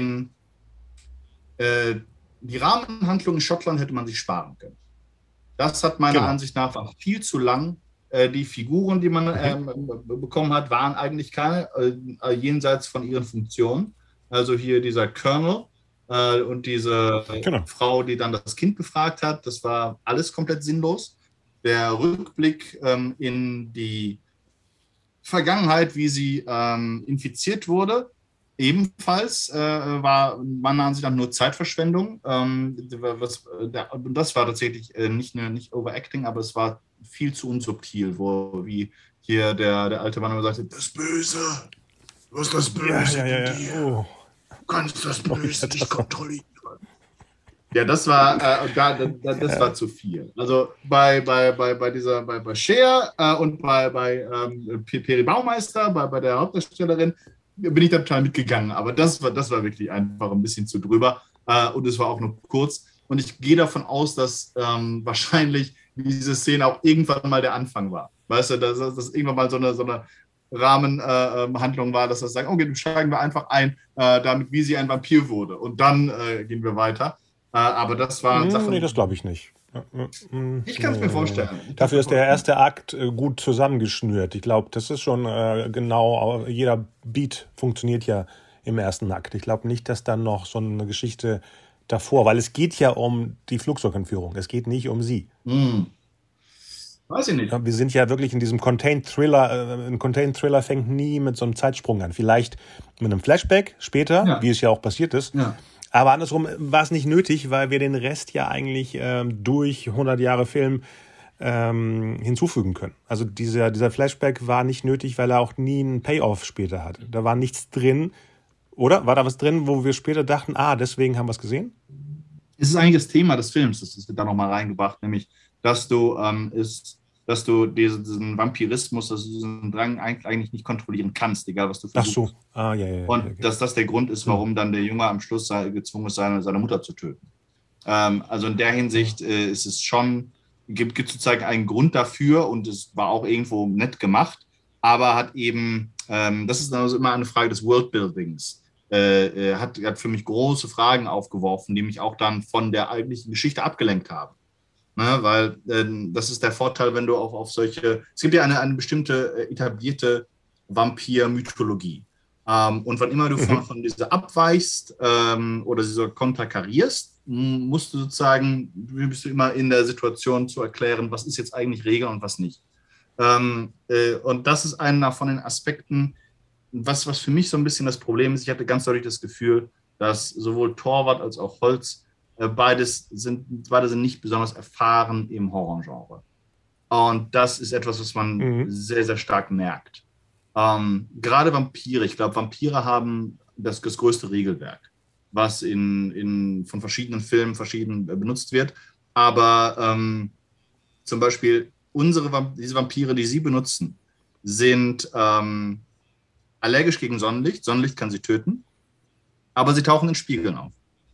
die Rahmenhandlung in Schottland hätte man sich sparen können. Das hat meiner Ansicht nach war viel zu lang. Die Figuren, die man bekommen hat, waren eigentlich keine, jenseits von ihren Funktionen. Also hier dieser Colonel und diese Frau, die dann das Kind befragt hat, das war alles komplett sinnlos. Der Rückblick in die Vergangenheit, wie sie infiziert wurde, ebenfalls war meiner Ansicht nach nur Zeitverschwendung. Und das war tatsächlich nicht Overacting, aber es war viel zu unsubtil, wie hier der alte Mann immer sagte, das Böse, du hast das Böse in dir. Oh. Du kannst das Böse nicht kontrollieren. Ja, das war das war zu viel. Also bei Cher und bei Peri Baumeister, bei der Hauptdarstellerin, bin ich da total mitgegangen. Aber das war wirklich einfach ein bisschen zu drüber. Und es war auch nur kurz. Und ich gehe davon aus, dass wahrscheinlich diese Szene auch irgendwann mal der Anfang war. Weißt du, dass irgendwann mal so eine Rahmenhandlung war, dass das sagen, okay, dann steigen wir einfach ein, damit wie sie ein Vampir wurde. Und dann gehen wir weiter. Aber das war Sachen. Nee, das glaube ich nicht. Ich kann es mir vorstellen. Dafür ist der erste Akt gut zusammengeschnürt. Ich glaube, das ist schon genau, jeder Beat funktioniert ja im ersten Akt. Ich glaube nicht, dass dann noch so eine Geschichte davor, weil es geht ja um die Flugzeugentführung. Es geht nicht um sie. Weiß ich nicht. Ja, wir sind ja wirklich in diesem Contained-Thriller. Ein Contained-Thriller fängt nie mit so einem Zeitsprung an. Vielleicht mit einem Flashback später, wie es ja auch passiert ist. Ja. Aber andersrum war es nicht nötig, weil wir den Rest ja eigentlich durch 100 Jahre Film hinzufügen können. Also dieser Flashback war nicht nötig, weil er auch nie einen Payoff später hatte. Da war nichts drin, oder? War da was drin, wo wir später dachten, deswegen haben wir es gesehen? Es ist eigentlich das Thema des Films, das wird da nochmal reingebracht, nämlich, dass du diesen Vampirismus, dass du diesen Drang eigentlich nicht kontrollieren kannst, egal was du versuchst. Ach so, ja. Und okay. dass das der Grund ist, warum dann der Junge am Schluss gezwungen ist, seine Mutter zu töten. Also in der Hinsicht ist es schon, gibt sozusagen einen Grund dafür und es war auch irgendwo nett gemacht, aber hat eben, das ist also immer eine Frage des Worldbuildings, hat für mich große Fragen aufgeworfen, die mich auch dann von der eigentlichen Geschichte abgelenkt haben. Ne, weil das ist der Vorteil, wenn du auf solche, es gibt ja eine bestimmte etablierte Vampir-Mythologie. Und wann immer du von dieser abweichst oder sie so konterkarierst, bist du immer in der Situation zu erklären, was ist jetzt eigentlich Regel und was nicht. Und das ist einer von den Aspekten, was für mich so ein bisschen das Problem ist. Ich hatte ganz deutlich das Gefühl, dass sowohl Torvald als auch Holz beide sind nicht besonders erfahren im Horrorgenre. Und das ist etwas, was man sehr, sehr stark merkt. Gerade Vampire, ich glaube, Vampire haben das größte Regelwerk, was von verschiedenen Filmen benutzt wird. Aber zum Beispiel diese Vampire, die sie benutzen, sind allergisch gegen Sonnenlicht. Sonnenlicht kann sie töten, aber sie tauchen in Spiegeln auf.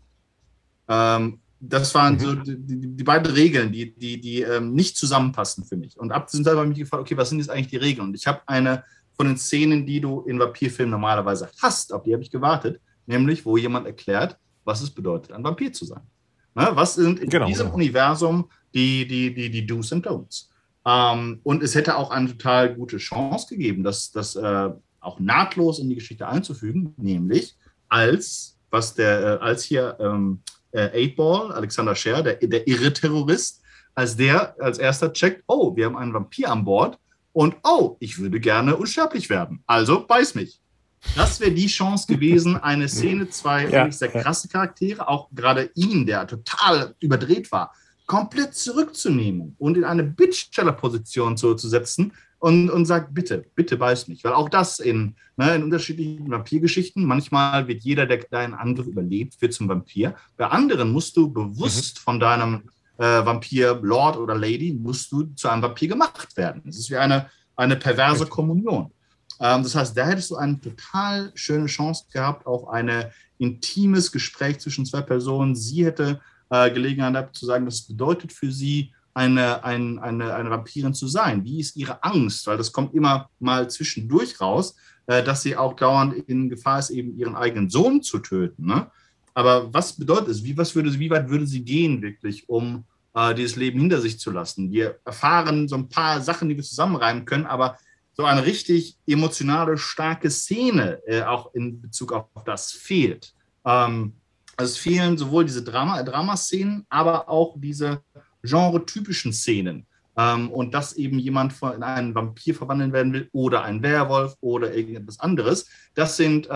Das waren so die beiden Regeln, die nicht zusammenpassen für mich. Und abgesehen davon habe ich mich gefragt, okay, was sind jetzt eigentlich die Regeln? Und ich habe eine von den Szenen, die du in Vampirfilmen normalerweise hast, auf die habe ich gewartet, nämlich wo jemand erklärt, was es bedeutet, ein Vampir zu sein. Ne? Was sind in diesem Universum die Do's and Don'ts? Und es hätte auch eine total gute Chance gegeben, das auch nahtlos in die Geschichte einzufügen, nämlich als hier 8-Ball, Alexander Scheer, der irre Terrorist, als erster checkt, wir haben einen Vampir an Bord und ich würde gerne unsterblich werden, also beiß mich. Das wäre die Chance gewesen, eine Szene, zwei sehr krasse Charaktere, auch gerade ihn, der total überdreht war, komplett zurückzunehmen und in eine Bittstellerposition zu setzen und sagt, bitte beiß mich. Weil auch das in unterschiedlichen Vampirgeschichten, manchmal wird jeder, der einen Angriff überlebt, wird zum Vampir. Bei anderen musst du bewusst von deinem Vampir, Lord oder Lady, musst du zu einem Vampir gemacht werden. Das ist wie eine perverse Kommunion. Das heißt, da hättest du eine total schöne Chance gehabt, auch ein intimes Gespräch zwischen zwei Personen. Sie hätte Gelegenheit gehabt zu sagen, was es bedeutet für sie, eine Vampirin zu sein. Wie ist ihre Angst? Weil das kommt immer mal zwischendurch raus, dass sie auch dauernd in Gefahr ist, eben ihren eigenen Sohn zu töten. Ne? Aber was bedeutet es? Wie weit würde sie gehen wirklich, um dieses Leben hinter sich zu lassen? Wir erfahren so ein paar Sachen, die wir zusammenreimen können, aber so eine richtig emotionale, starke Szene auch in Bezug auf das fehlt. Also es fehlen sowohl diese Dramaszenen, aber auch diese genre-typischen Szenen. Und dass eben jemand in einen Vampir verwandeln werden will oder ein Werwolf oder irgendetwas anderes, das sind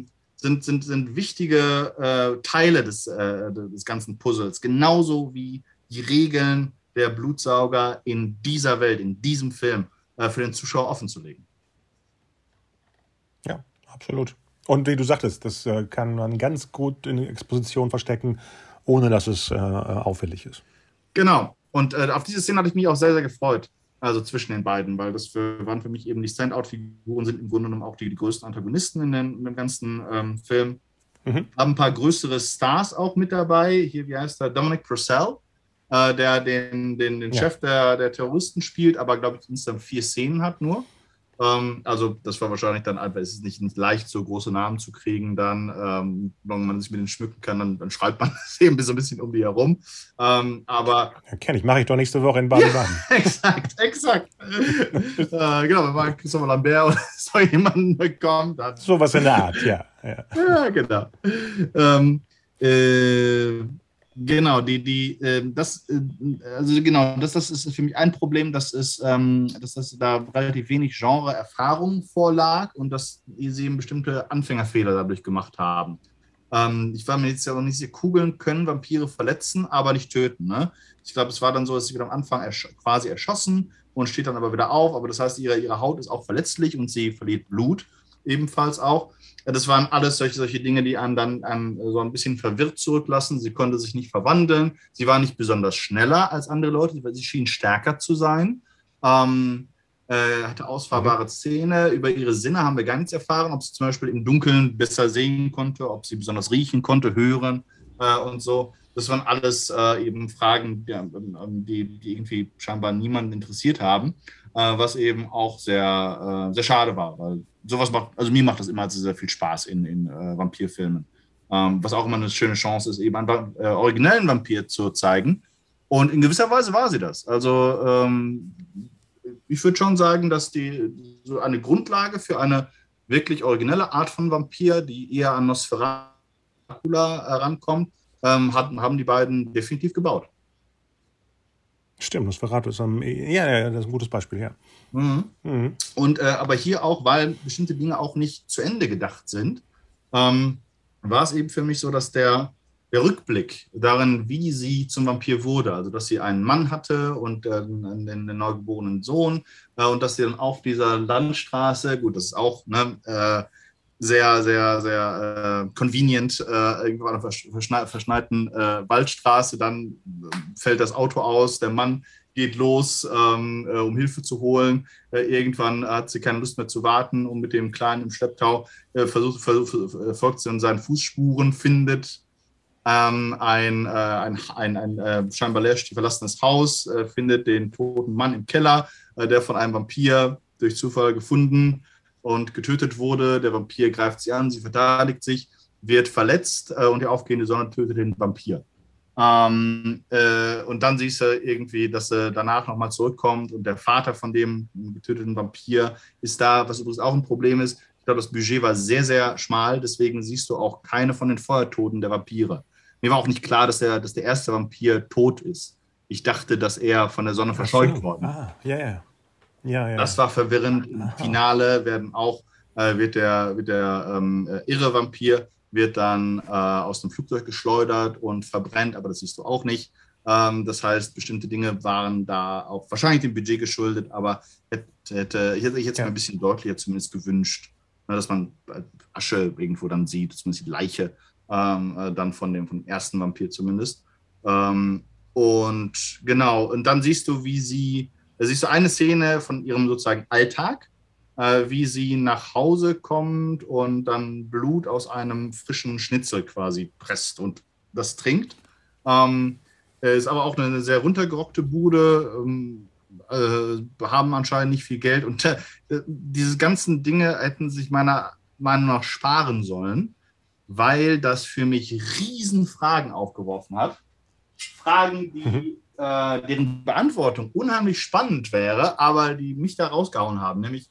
wichtige Teile des ganzen Puzzles. Genauso wie die Regeln der Blutsauger in dieser Welt, in diesem Film für den Zuschauer offen zu legen. Ja, absolut. Und wie du sagtest, das kann man ganz gut in der Exposition verstecken, ohne dass es auffällig ist. Genau. Und auf diese Szene hatte ich mich auch sehr, sehr gefreut. Also zwischen den beiden, weil das waren für mich eben die Standout-Figuren, sind im Grunde genommen auch die größten Antagonisten in dem ganzen Film. Haben ein paar größere Stars auch mit dabei. Hier, wie heißt der? Dominic Purcell, der den Chef der Terroristen spielt, aber glaube ich insgesamt 4 Szenen hat nur. Also das war wahrscheinlich dann einfach, es ist nicht leicht, so große Namen zu kriegen dann, wenn man sich mit denen schmücken kann, dann schreibt man das eben so ein bisschen um die herum. Aber ja, kenne ich, mache ich doch nächste Woche in Baden-Baden. Ja, exakt. Genau, wenn man Christopher Lambert oder so jemanden bekommt, dann. Sowas in der Art, ja. Ja, genau. Genau, das ist für mich ein Problem, dass das da relativ wenig Genre-Erfahrung vorlag und dass sie eben bestimmte Anfängerfehler dadurch gemacht haben. Ich war mir jetzt ja noch nicht sicher, Kugeln können Vampire verletzen, aber nicht töten. Ne? Ich glaube, es war dann so, dass sie wieder am Anfang quasi erschossen und steht dann aber wieder auf. Aber das heißt, ihre Haut ist auch verletzlich und sie verliert Blut ebenfalls auch. Das waren alles solche Dinge, die einen dann so ein bisschen verwirrt zurücklassen. Sie konnte sich nicht verwandeln. Sie war nicht besonders schneller als andere Leute, weil sie schien stärker zu sein. Hatte ausfahrbare Zähne. Über ihre Sinne haben wir gar nichts erfahren, ob sie zum Beispiel im Dunkeln besser sehen konnte, ob sie besonders riechen konnte, hören und so. Das waren alles eben Fragen, die irgendwie scheinbar niemanden interessiert haben, was eben auch sehr, sehr schade war, weil sowas also mir macht das immer sehr viel Spaß in Vampirfilmen. Was auch immer eine schöne Chance ist, eben einen originellen Vampir zu zeigen. Und in gewisser Weise war sie das. Also ich würde schon sagen, dass so eine Grundlage für eine wirklich originelle Art von Vampir, die eher an Nosferatu herankommt, haben die beiden definitiv gebaut. Stimmt, Nosferatu ist das ist ein gutes Beispiel, ja. Und aber hier auch, weil bestimmte Dinge auch nicht zu Ende gedacht sind, war es eben für mich so, dass der Rückblick darin, wie sie zum Vampir wurde, also dass sie einen Mann hatte und einen neugeborenen Sohn und dass sie dann auf dieser Landstraße, gut, das ist auch sehr, sehr, sehr convenient, irgendwo an einer verschneiten Waldstraße, dann fällt das Auto aus, der Mann geht los, um Hilfe zu holen. Irgendwann hat sie keine Lust mehr zu warten und mit dem Kleinen im Schlepptau folgt sie an seinen Fußspuren, findet ein scheinbar leer verlassenes Haus, findet den toten Mann im Keller, der von einem Vampir durch Zufall gefunden und getötet wurde. Der Vampir greift sie an, sie verteidigt sich, wird verletzt und die aufgehende Sonne tötet den Vampir. Und dann siehst du irgendwie, dass sie danach nochmal zurückkommt und der Vater von dem getöteten Vampir ist da, was übrigens auch ein Problem ist. Ich glaube, das Budget war sehr, sehr schmal, deswegen siehst du auch keine von den Feuertoten der Vampire. Mir war auch nicht klar, dass der erste Vampir tot ist. Ich dachte, dass er von der Sonne verscheucht worden ist. Ja. Das war verwirrend. Im Finale wird der irre Vampir wird dann aus dem Flugzeug geschleudert und verbrennt, aber das siehst du auch nicht. Das heißt, bestimmte Dinge waren da auch wahrscheinlich dem Budget geschuldet, aber ich hätte es mir ein bisschen deutlicher zumindest gewünscht, dass man Asche irgendwo dann sieht, zumindest die Leiche dann vom ersten Vampir zumindest. Und genau, und dann siehst du, siehst du eine Szene von ihrem sozusagen Alltag, wie sie nach Hause kommt und dann Blut aus einem frischen Schnitzel quasi presst und das trinkt. Ist aber auch eine sehr runtergerockte Bude, haben anscheinend nicht viel Geld und diese ganzen Dinge hätten sich meiner Meinung nach sparen sollen, weil das für mich riesen Fragen aufgeworfen hat. Fragen, deren Beantwortung unheimlich spannend wäre, aber die mich da rausgehauen haben, nämlich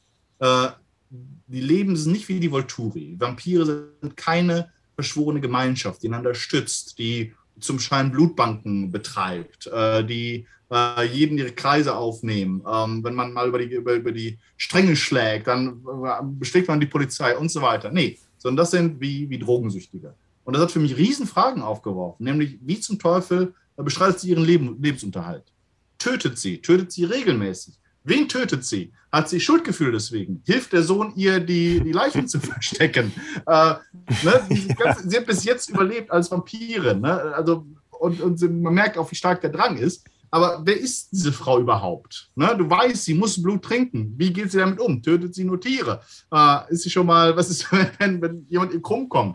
die leben nicht wie die Volturi. Vampire sind keine verschworene Gemeinschaft, die einander stützt, die zum Schein Blutbanken betreibt, die jeden ihre Kreise aufnehmen. Wenn man mal über die Stränge schlägt, dann beschlägt man die Polizei und so weiter. Nee, sondern das sind wie Drogensüchtige. Und das hat für mich riesen Fragen aufgeworfen, nämlich wie zum Teufel bestreitet sie ihren Lebensunterhalt? Tötet sie regelmäßig? Wen tötet sie? Hat sie Schuldgefühl deswegen? Hilft der Sohn ihr, die Leichen zu verstecken? Sie hat bis jetzt überlebt als Vampirin. Ne? Also, und man merkt auch, wie stark der Drang ist. Aber wer ist diese Frau überhaupt? Ne? Du weißt, sie muss Blut trinken. Wie geht sie damit um? Tötet sie nur Tiere? Ist sie schon mal, was ist, wenn jemand ihr krumm kommt?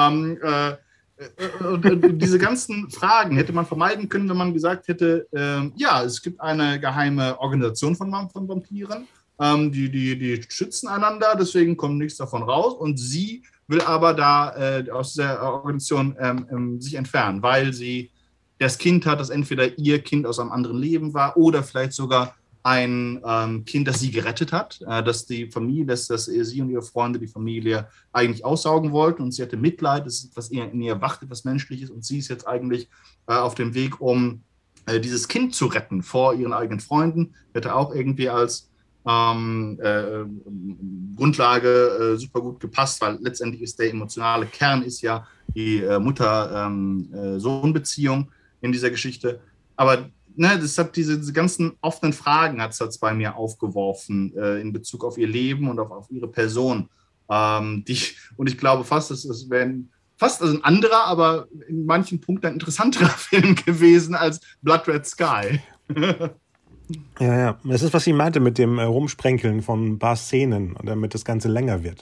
Und diese ganzen Fragen hätte man vermeiden können, wenn man gesagt hätte, ja, es gibt eine geheime Organisation von Vampiren Die schützen einander, deswegen kommt nichts davon raus. Und sie will aber da aus der Organisation sich entfernen, weil sie das Kind hat, das entweder ihr Kind aus einem anderen Leben war oder vielleicht sogar ein Kind, das sie gerettet hat, dass die Familie, dass sie und ihre Freunde die Familie eigentlich aussaugen wollten und sie hatte Mitleid, das ist etwas in ihr wacht, etwas Menschliches und sie ist jetzt eigentlich auf dem Weg, um dieses Kind zu retten vor ihren eigenen Freunden, hätte auch irgendwie als Grundlage super gut gepasst, weil letztendlich ist der emotionale Kern ist ja die Mutter-Sohn-Beziehung in dieser Geschichte. Aber das hat diese ganzen offenen Fragen hat es bei mir aufgeworfen in Bezug auf ihr Leben und auf ihre Person. Und ich glaube fast, es wäre fast ein anderer, aber in manchen Punkten ein interessanterer Film gewesen als Blood Red Sky. Ja. Das ist, was ich meinte mit dem Rumsprenkeln von ein paar Szenen, damit das Ganze länger wird.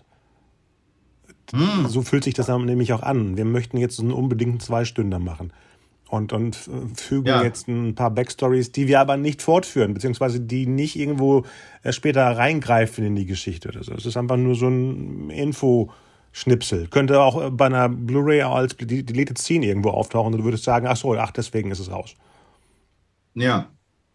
So fühlt sich das nämlich auch an. Wir möchten jetzt einen unbedingten 2-Stünder machen. Und fügen jetzt ein paar Backstories, die wir aber nicht fortführen, beziehungsweise die nicht irgendwo später reingreifen in die Geschichte. Das ist einfach nur so ein Info-Schnipsel. Könnte auch bei einer Blu-ray als Deleted Scene irgendwo auftauchen und du würdest sagen, deswegen ist es raus. Ja.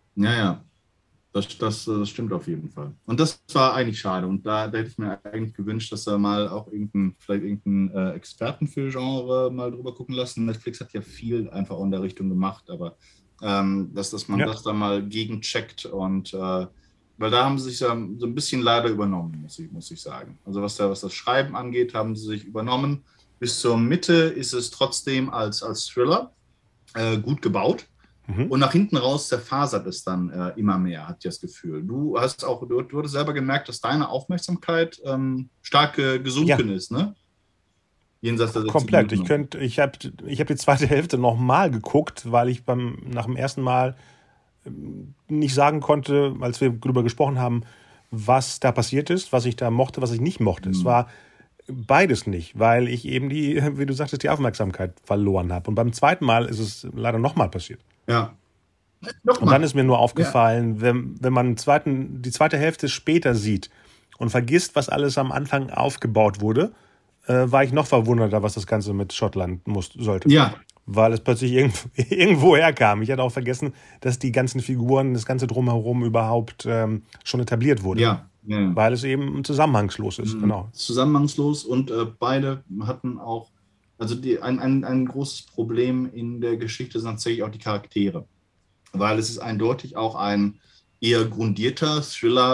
Das stimmt auf jeden Fall. Und das war eigentlich schade. Und da hätte ich mir eigentlich gewünscht, dass er mal auch irgendeinen Experten für Genre mal drüber gucken lassen. Netflix hat ja viel einfach in der Richtung gemacht, aber dass man das da mal gegencheckt und weil da haben sie sich so ein bisschen leider übernommen, muss ich sagen. Also was das Schreiben angeht, haben sie sich übernommen. Bis zur Mitte ist es trotzdem als Thriller gut gebaut. Und nach hinten raus zerfasert es dann immer mehr, hat ich das Gefühl. Du hattest selber gemerkt, dass deine Aufmerksamkeit stark gesunken ist, ne? Jenseits der 60 komplett. Minuten. Ich hab die zweite Hälfte nochmal geguckt, weil ich nach dem ersten Mal nicht sagen konnte, als wir darüber gesprochen haben, was da passiert ist, was ich da mochte, was ich nicht mochte. Es war beides nicht, weil ich eben wie du sagtest, die Aufmerksamkeit verloren habe. Und beim zweiten Mal ist es leider nochmal passiert. Ja. Und dann ist mir nur aufgefallen, wenn man die zweite Hälfte später sieht und vergisst, was alles am Anfang aufgebaut wurde, war ich noch verwunderter, was das Ganze mit Schottland sollte. Ja. Weil es plötzlich irgendwo herkam. Ich hatte auch vergessen, dass die ganzen Figuren, das ganze Drumherum überhaupt schon etabliert wurde. Ja. Weil es eben zusammenhangslos ist. Genau. Zusammenhangslos und beide hatten auch, also ein großes Problem in der Geschichte sind tatsächlich auch die Charaktere. Weil es ist eindeutig auch ein eher grundierter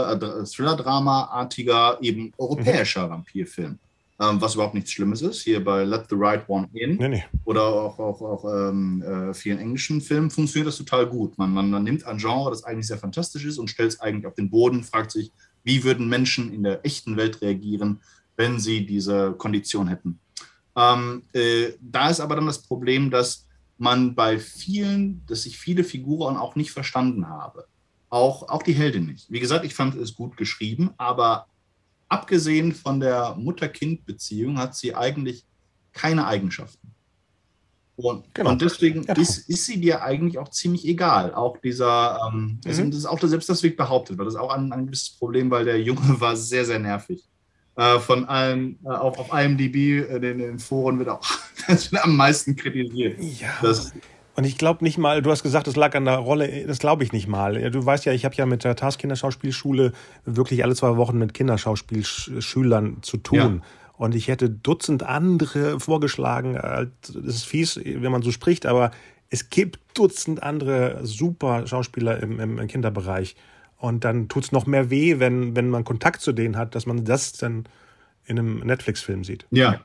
Thriller-Drama-artiger, eben europäischer Vampirfilm. Was überhaupt nichts Schlimmes ist. Hier bei Let the Right One In oder auch vielen englischen Filmen funktioniert das total gut. Man nimmt ein Genre, das eigentlich sehr fantastisch ist und stellt es eigentlich auf den Boden, fragt sich, wie würden Menschen in der echten Welt reagieren, wenn sie diese Kondition hätten. Da ist aber dann das Problem, dass ich viele Figuren auch nicht verstanden habe. Auch die Heldin nicht. Wie gesagt, ich fand es gut geschrieben, aber abgesehen von der Mutter-Kind-Beziehung hat sie eigentlich keine Eigenschaften. Und deswegen ist sie dir eigentlich auch ziemlich egal. Auch dieser, das ist auch selbst das wird behauptet, weil das ist auch ein gewisses Problem, weil der Junge war sehr, sehr nervig. Von allen, auch auf IMDb, in den Foren wird auch das wird am meisten kritisiert. Ja. Und ich glaube nicht mal, du hast gesagt, es lag an der Rolle, das glaube ich nicht mal. Du weißt ja, ich habe ja mit der TAS Kinderschauspielschule wirklich alle 2 Wochen mit Kinderschauspielschülern zu tun. Ja. Und ich hätte Dutzend andere vorgeschlagen. Es ist fies, wenn man so spricht, aber es gibt Dutzend andere super Schauspieler im Kinderbereich. Und dann tut es noch mehr weh, wenn man Kontakt zu denen hat, dass man das dann in einem Netflix-Film sieht. Ja.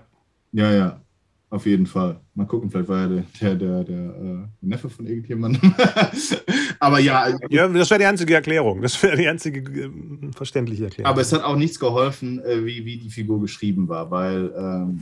Auf jeden Fall. Mal gucken, vielleicht war ja der Neffe von irgendjemandem. Aber ja. Ja, das wäre die einzige Erklärung. Das wäre die einzige verständliche Erklärung. Aber es hat auch nichts geholfen, wie die Figur geschrieben war, weil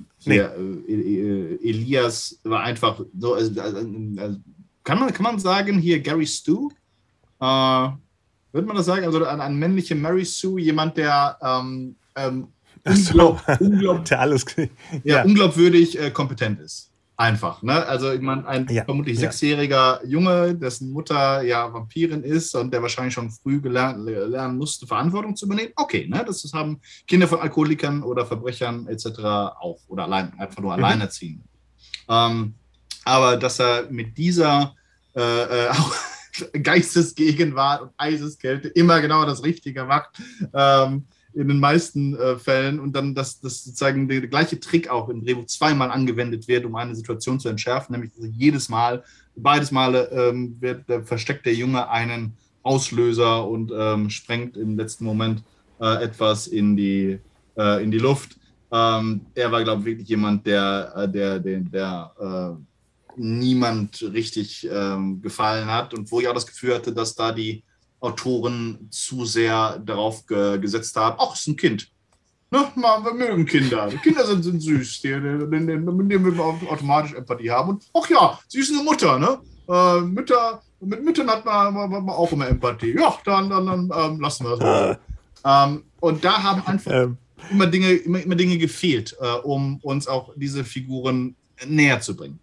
Elias war einfach so. Kann man sagen, hier Gary Stu? Würde man das sagen? Also ein männlicher Mary Sue, jemand, der unglaubwürdig kompetent ist. einfach. Ne? Also ich meine, ein vermutlich 6-jähriger Junge, dessen Mutter ja Vampirin ist und der wahrscheinlich schon früh lernen musste, Verantwortung zu übernehmen. Okay, ne? Das haben Kinder von Alkoholikern oder Verbrechern etc. auch oder einfach nur alleinerziehend. Aber dass er mit dieser auch Geistesgegenwart und Eiseskälte immer genau das Richtige macht, in den meisten Fällen und dann, dass sozusagen der gleiche Trick auch im Drehbuch zweimal angewendet wird, um eine Situation zu entschärfen, nämlich beides Male versteckt der Junge einen Auslöser und sprengt im letzten Moment etwas in die Luft. Er war, glaube ich, wirklich jemand, der niemand richtig gefallen hat und wo ich auch das Gefühl hatte, dass da die Autoren zu sehr darauf gesetzt haben, ach, ist ein Kind. Ne? Wir mögen Kinder. Kinder sind süß, mit denen wir automatisch Empathie haben. Und ach ja, sie ist eine Mutter. Ne? Mit Müttern hat man auch immer Empathie. Ja, dann lassen wir es mal. Und da haben einfach immer Dinge gefehlt, um uns auch diese Figuren näher zu bringen.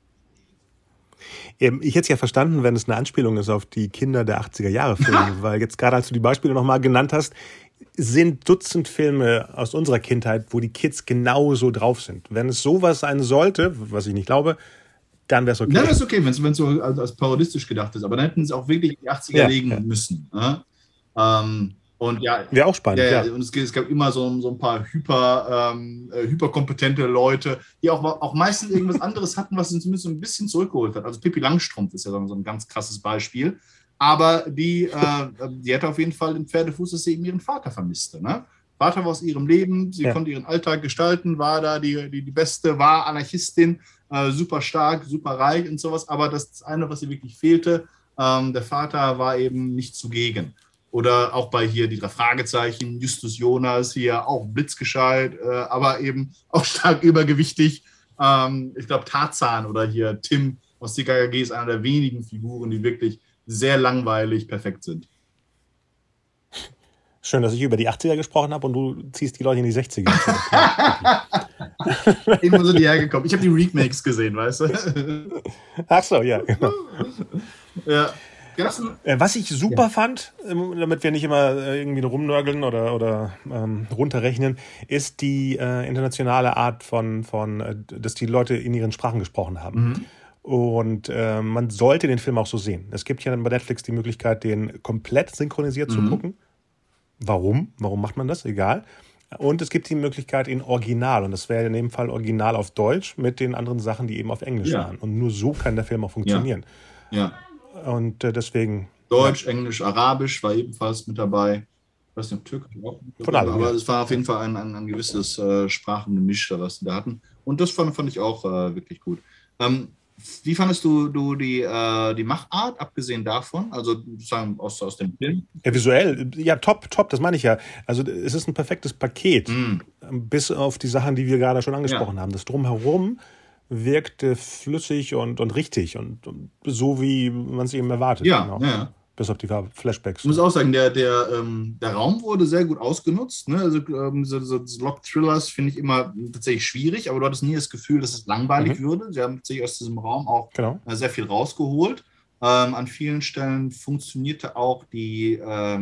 Ich hätte es ja verstanden, wenn es eine Anspielung ist auf die Kinder der 80er-Jahre-Filme, weil jetzt gerade, als du die Beispiele nochmal genannt hast, sind Dutzend Filme aus unserer Kindheit, wo die Kids genauso drauf sind. Wenn es sowas sein sollte, was ich nicht glaube, dann wäre es okay. Dann wäre es okay, wenn es so als parodistisch gedacht ist, aber dann hätten es auch wirklich die 80er legen müssen. Ne? Und wäre auch spannend. Ja. Und es gab immer so ein paar hyperkompetente Leute, die auch meistens irgendwas anderes hatten, was sie zumindest so ein bisschen zurückgeholt hat. Also Pippi Langstrumpf ist ja so ein ganz krasses Beispiel. Aber die hatte auf jeden Fall den Pferdefuß, dass sie eben ihren Vater vermisste. Ne? Vater war aus ihrem Leben, sie konnte ihren Alltag gestalten, war da die Beste, war Anarchistin, super stark, super reich und sowas. Aber das eine, was ihr wirklich fehlte, der Vater war eben nicht zugegen. Oder auch bei hier die 3 Fragezeichen, Justus Jonas hier auch blitzgescheit, aber eben auch stark übergewichtig. Ich glaube, Tarzan oder hier Tim aus TKKG ist einer der wenigen Figuren, die wirklich sehr langweilig perfekt sind. Schön, dass ich über die 80er gesprochen habe und du ziehst die Leute in die 60er. Irgendwo sind die hergekommen. Ich habe die Remakes gesehen, weißt du? Ach so, ja, genau. Ja. Was ich super fand, damit wir nicht immer irgendwie rumnörgeln oder runterrechnen, ist die internationale Art dass die Leute in ihren Sprachen gesprochen haben. Und man sollte den Film auch so sehen. Es gibt ja bei Netflix die Möglichkeit, den komplett synchronisiert zu gucken. Warum? Warum macht man das? Egal. Und es gibt die Möglichkeit in Original. Und das wäre in dem Fall Original auf Deutsch mit den anderen Sachen, die eben auf Englisch waren. Und nur so kann der Film auch funktionieren. Ja. Und deswegen. Deutsch, Englisch, Arabisch war ebenfalls mit dabei. Ich weiß nicht, ob Türkisch auch mit dabei. Von allem, aber es war auf jeden Fall ein gewisses Sprachengemisch, was die da hatten. Und das fand ich auch wirklich gut. Wie fandest du die Machart, abgesehen davon? Also sozusagen aus dem Film? Ja, visuell, ja, top, das meine ich ja. Also es ist ein perfektes Paket, bis auf die Sachen, die wir gerade schon angesprochen haben. Das Drumherum wirkte flüssig und richtig und so, wie man es eben erwartet. Ja, genau. Ja. Bis auf die Flashbacks. Ich muss auch sagen, der Raum wurde sehr gut ausgenutzt. Ne? Also so Lock-Thrillers finde ich immer tatsächlich schwierig, aber du hattest nie das Gefühl, dass es langweilig würde. Sie haben tatsächlich aus diesem Raum auch sehr viel rausgeholt. An vielen Stellen funktionierte auch die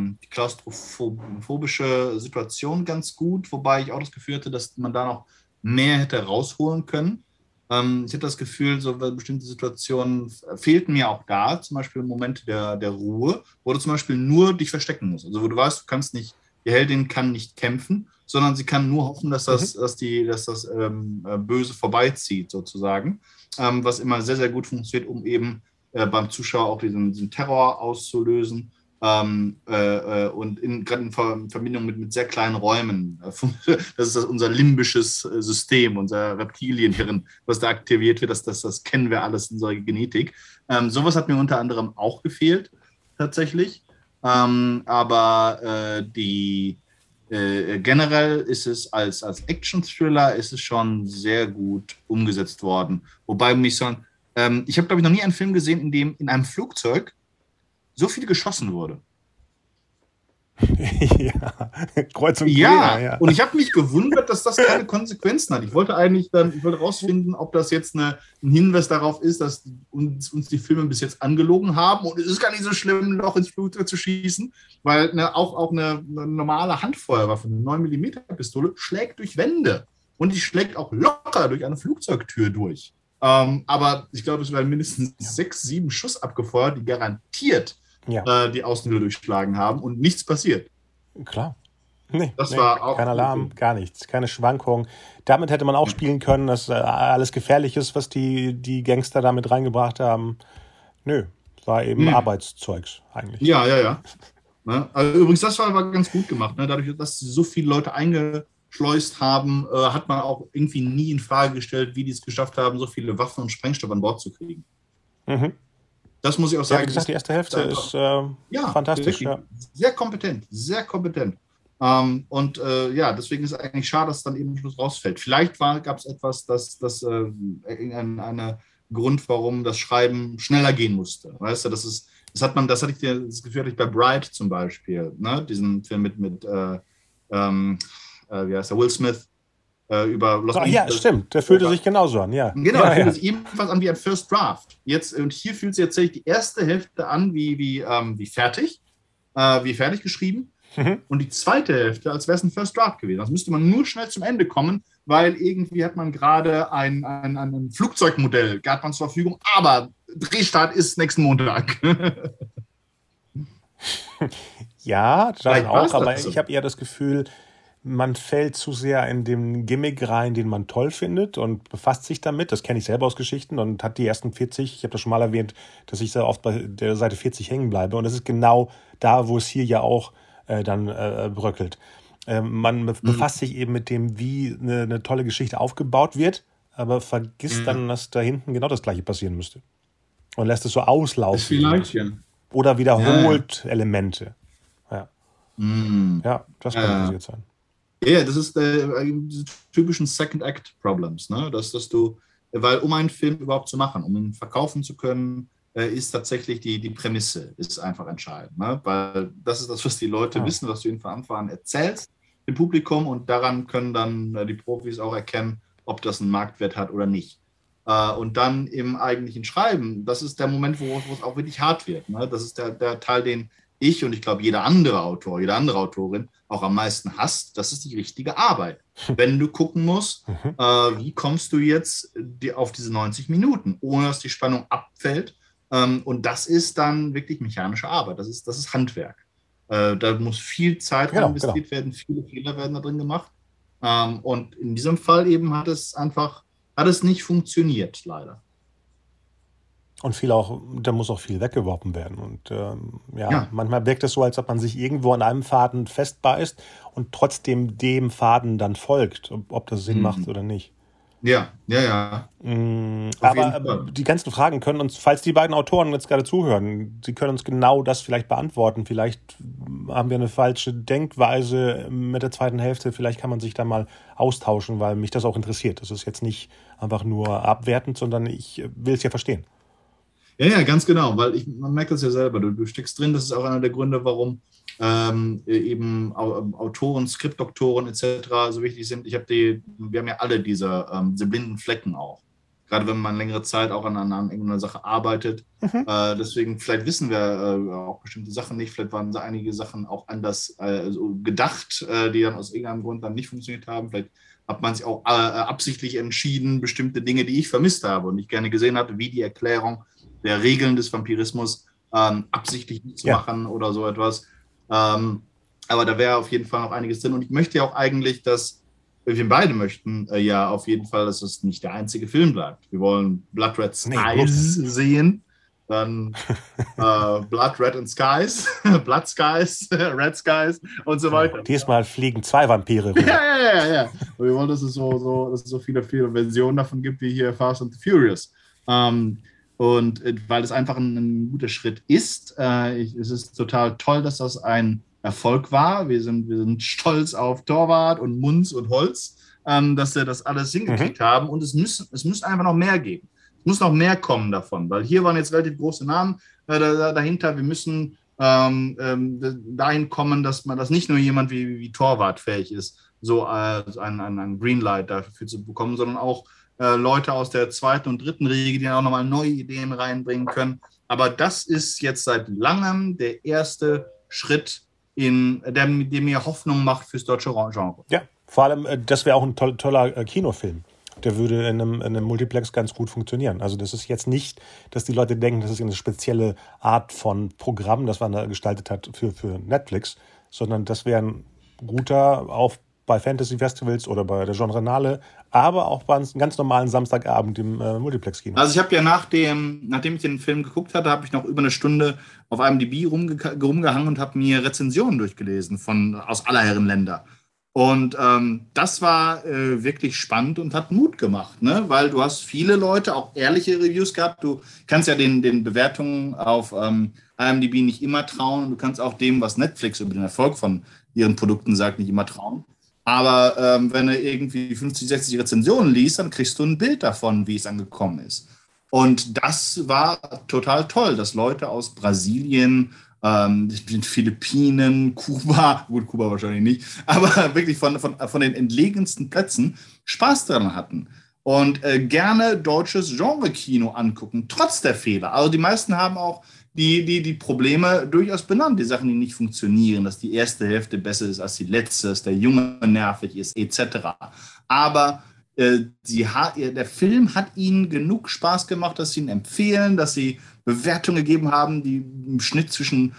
klaustrophobische Situation ganz gut, wobei ich auch das Gefühl hatte, dass man da noch mehr hätte rausholen können. Ich hatte das Gefühl, so bestimmte Situationen fehlten mir auch da, zum Beispiel Momente der Ruhe, wo du zum Beispiel nur dich verstecken musst. Also wo du weißt, die Heldin kann nicht kämpfen, sondern sie kann nur hoffen, dass das Böse vorbeizieht, sozusagen. Was immer sehr, sehr gut funktioniert, um eben beim Zuschauer auch diesen Terror auszulösen. Und gerade in Verbindung mit sehr kleinen Räumen. Das ist unser limbisches System, unser Reptilienhirn, was da aktiviert wird. Das kennen wir alles in unserer Genetik. Sowas hat mir unter anderem auch gefehlt, tatsächlich. Aber generell ist es als Action-Thriller ist es schon sehr gut umgesetzt worden. Wobei ich habe, glaube ich, noch nie einen Film gesehen, in dem in einem Flugzeug so viel geschossen wurde. Ja, kreuz und Ja, quer, ja. und ich habe mich gewundert, dass das keine Konsequenzen hat. Ich wollte rausfinden, ob das jetzt ein Hinweis darauf ist, dass uns die Filme bis jetzt angelogen haben und es ist gar nicht so schlimm, ein Loch ins Flugzeug zu schießen, weil auch eine normale Handfeuerwaffe, eine 9 mm Pistole, schlägt durch Wände und die schlägt auch locker durch eine Flugzeugtür durch. Aber ich glaube, es werden mindestens 6, 7 Schuss abgefeuert, die garantiert die Außenhülle durchschlagen haben und nichts passiert. Klar. Nee, War auch kein Alarm, gar nichts, keine Schwankung. Damit hätte man auch spielen können, dass alles gefährlich ist, was die Gangster da mit reingebracht haben. Nö, war eben Arbeitszeugs eigentlich. Ja. Also übrigens, das war ganz gut gemacht. Ne? Dadurch, dass so viele Leute eingeschleust haben, hat man auch irgendwie nie in Frage gestellt, wie die es geschafft haben, so viele Waffen und Sprengstoff an Bord zu kriegen. Mhm. Das muss ich auch sagen. Ja, wie gesagt, die erste Hälfte ist fantastisch. Ja. Sehr kompetent, sehr kompetent. Deswegen ist es eigentlich schade, dass es dann eben am Schluss rausfällt. Vielleicht gab es etwas, das irgendein Grund, warum das Schreiben schneller gehen musste. Weißt du, das hatte ich das Gefühl, hatte ich bei Bright zum Beispiel, ne? Diesen Film mit wie heißt der, Will Smith, über Los Angeles. Ja, stimmt, der fühlte sich genauso an, ja. Genau, der fühlt sich ebenfalls an wie ein First Draft. Und hier fühlt sich tatsächlich die erste Hälfte an wie fertig geschrieben. Und die zweite Hälfte, als wäre es ein First Draft gewesen. Das müsste man nur schnell zum Ende kommen, weil irgendwie hat man gerade ein Flugzeugmodell hat man zur Verfügung, aber Drehstart ist nächsten Montag. Ja, das auch, aber ich habe eher das Gefühl, man fällt zu sehr in den Gimmick rein, den man toll findet und befasst sich damit. Das kenne ich selber aus Geschichten und hat die ersten 40, ich habe das schon mal erwähnt, dass ich sehr oft bei der Seite 40 hängen bleibe. Und das ist genau da, wo es hier ja auch dann bröckelt. Man befasst sich eben mit dem, wie eine tolle Geschichte aufgebaut wird, aber vergisst dann, dass da hinten genau das Gleiche passieren müsste. Und lässt es so auslaufen. Vielleicht, ja. Oder wiederholt Elemente. Ja, ja, das kann passiert sein. Ja, das ist diese typischen Second-Act-Problems, ne? Weil um einen Film überhaupt zu machen, um ihn verkaufen zu können, ist tatsächlich die Prämisse ist einfach entscheidend, ne? Weil das ist das, was die Leute wissen, was du ihnen von Anfang an erzählst, dem Publikum, und daran können dann die Profis auch erkennen, ob das einen Marktwert hat oder nicht. Und dann im eigentlichen Schreiben, das ist der Moment, wo es auch wirklich hart wird, ne? Das ist der Teil, den ich und ich glaube jeder andere Autor, jede andere Autorin auch am meisten hasst. Das ist die richtige Arbeit. Wenn du gucken musst, wie kommst du jetzt auf diese 90 Minuten, ohne dass die Spannung abfällt. Und das ist dann wirklich mechanische Arbeit. Das ist Handwerk. Da muss viel Zeit investiert werden, viele Fehler werden da drin gemacht. Und in diesem Fall eben hat es nicht funktioniert, leider. Und da muss auch viel weggeworfen werden. Und manchmal wirkt es so, als ob man sich irgendwo an einem Faden festbeißt und trotzdem dem Faden dann folgt, ob das Sinn macht oder nicht. Ja. Aber die ganzen Fragen können uns, falls die beiden Autoren jetzt gerade zuhören, sie können uns genau das vielleicht beantworten. Vielleicht haben wir eine falsche Denkweise mit der zweiten Hälfte. Vielleicht kann man sich da mal austauschen, weil mich das auch interessiert. Das ist jetzt nicht einfach nur abwertend, sondern ich will es ja verstehen. Ja, ganz genau, weil man merkt das ja selber, du steckst drin, das ist auch einer der Gründe, warum eben Autoren, Skriptdoktoren etc. so wichtig sind. Wir haben ja alle diese blinden Flecken auch, gerade wenn man längere Zeit auch an irgendeiner Sache arbeitet. Deswegen, vielleicht wissen wir auch bestimmte Sachen nicht, vielleicht waren einige Sachen auch anders gedacht, die dann aus irgendeinem Grund dann nicht funktioniert haben. Vielleicht hat man sich auch absichtlich entschieden, bestimmte Dinge, die ich vermisst habe und nicht gerne gesehen hatte, wie die Erklärung der Regeln des Vampirismus absichtlich nicht zu machen oder so etwas. Aber da wäre auf jeden Fall noch einiges drin. Und ich möchte ja auch eigentlich, wir beide möchten ja auf jeden Fall, dass es nicht der einzige Film bleibt. Wir wollen Blood Red Skies sehen, dann Blood Red and Skies, Blood Skies, Red Skies und so weiter. Ja, diesmal fliegen 2 Vampire rüber. Ja. Und wir wollen, dass es so viele Versionen davon gibt, wie hier Fast and the Furious. Und weil es einfach ein guter Schritt ist, es ist total toll, dass das ein Erfolg war. Wir sind stolz auf Torvald und Munz und Holz, dass wir das alles hingekriegt haben. Und es müsste einfach noch mehr geben. Es muss noch mehr kommen davon, weil hier waren jetzt relativ große Namen dahinter. Wir müssen dahin kommen, dass nicht nur jemand wie Torwart fähig ist, so ein Greenlight dafür zu bekommen, sondern auch Leute aus der zweiten und dritten Riege, die dann auch nochmal neue Ideen reinbringen können. Aber das ist jetzt seit langem der erste Schritt, der mir Hoffnung macht fürs deutsche Genre. Ja, vor allem, das wäre auch ein toller Kinofilm. Der würde in einem Multiplex ganz gut funktionieren. Also das ist jetzt nicht, dass die Leute denken, das ist eine spezielle Art von Programm, das man da gestaltet hat für Netflix, sondern das wäre ein guter, auch bei Fantasy-Festivals oder bei der Genrenale, aber auch bei einem ganz normalen Samstagabend im Multiplex-Kino. Also ich habe ja nachdem ich den Film geguckt hatte, habe ich noch über eine Stunde auf IMDb rumgehangen und habe mir Rezensionen durchgelesen aus aller Herren Länder. Und das war wirklich spannend und hat Mut gemacht, ne? Weil du hast viele Leute, auch ehrliche Reviews gehabt. Du kannst ja den Bewertungen auf IMDb nicht immer trauen. Und du kannst auch dem, was Netflix über den Erfolg von ihren Produkten sagt, nicht immer trauen. Aber wenn du irgendwie 50, 60 Rezensionen liest, dann kriegst du ein Bild davon, wie es angekommen ist. Und das war total toll, dass Leute aus Brasilien, den Philippinen, Kuba, gut, Kuba wahrscheinlich nicht, aber wirklich von den entlegensten Plätzen Spaß daran hatten und gerne deutsches Genre-Kino angucken, trotz der Fehler. Also die meisten haben auch die Probleme durchaus benannt, die Sachen, die nicht funktionieren, dass die erste Hälfte besser ist als die letzte, dass der Junge nervig ist, etc. Aber der Film hat ihnen genug Spaß gemacht, dass sie ihn empfehlen, dass sie Bewertungen gegeben haben, die im Schnitt zwischen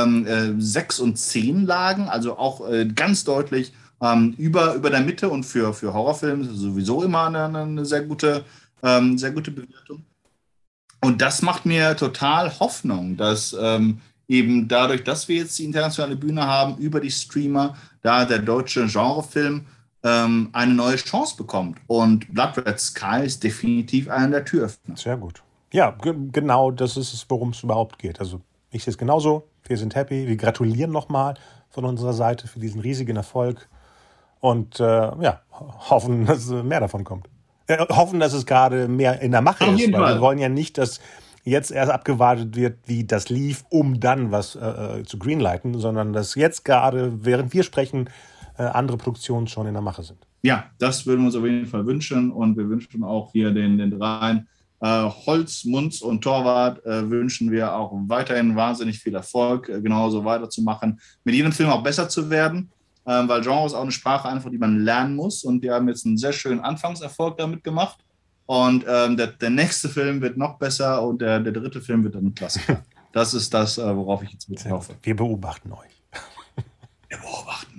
6 und 10 lagen, also auch ganz deutlich über der Mitte, und für Horrorfilme ist sowieso immer eine sehr gute Bewertung. Und das macht mir total Hoffnung, dass eben dadurch, dass wir jetzt die internationale Bühne haben, über die Streamer, da der deutsche Genrefilm eine neue Chance bekommt. Und Blood Red Sky ist definitiv einer der Türöffner. Sehr gut. Ja, genau das ist es, worum es überhaupt geht. Also ich sehe es genauso. Wir sind happy. Wir gratulieren nochmal von unserer Seite für diesen riesigen Erfolg und hoffen, dass mehr davon kommt. Hoffen, dass es gerade mehr in der Mache ist. Auf jeden Fall. Wir wollen ja nicht, dass jetzt erst abgewartet wird, wie das lief, um dann was zu greenlighten, sondern dass jetzt gerade, während wir sprechen, andere Produktionen schon in der Mache sind. Ja, das würden wir uns auf jeden Fall wünschen, und wir wünschen auch hier den dreien Holz, Munz und Torwart wünschen wir auch weiterhin wahnsinnig viel Erfolg, genauso weiterzumachen, mit jedem Film auch besser zu werden, weil Genre ist auch eine Sprache einfach, die man lernen muss, und wir haben jetzt einen sehr schönen Anfangserfolg damit gemacht, und der nächste Film wird noch besser, und der dritte Film wird dann ein Klassiker. Das ist das, worauf ich jetzt wirklich hoffe. Wir beobachten euch. Wir beobachten.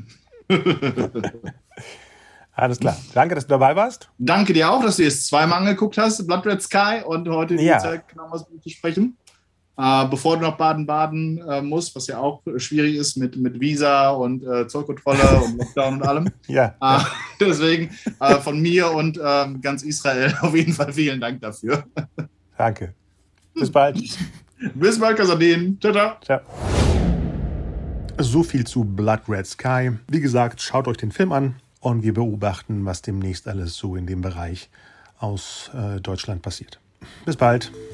Alles klar. Danke, dass du dabei warst. Danke dir auch, dass du jetzt zweimal angeguckt hast, Blood Red Sky, und heute die Zeit genau was zu sprechen. Bevor du nach Baden-Baden musst, was ja auch schwierig ist mit Visa und Zollkontrolle und Lockdown und allem. Deswegen von mir und ganz Israel auf jeden Fall vielen Dank dafür. Danke. Bis bald. Bis bald, Kasadin. Ciao, ciao. Ciao. So viel zu Blood Red Sky. Wie gesagt, schaut euch den Film an und wir beobachten, was demnächst alles so in dem Bereich aus Deutschland passiert. Bis bald.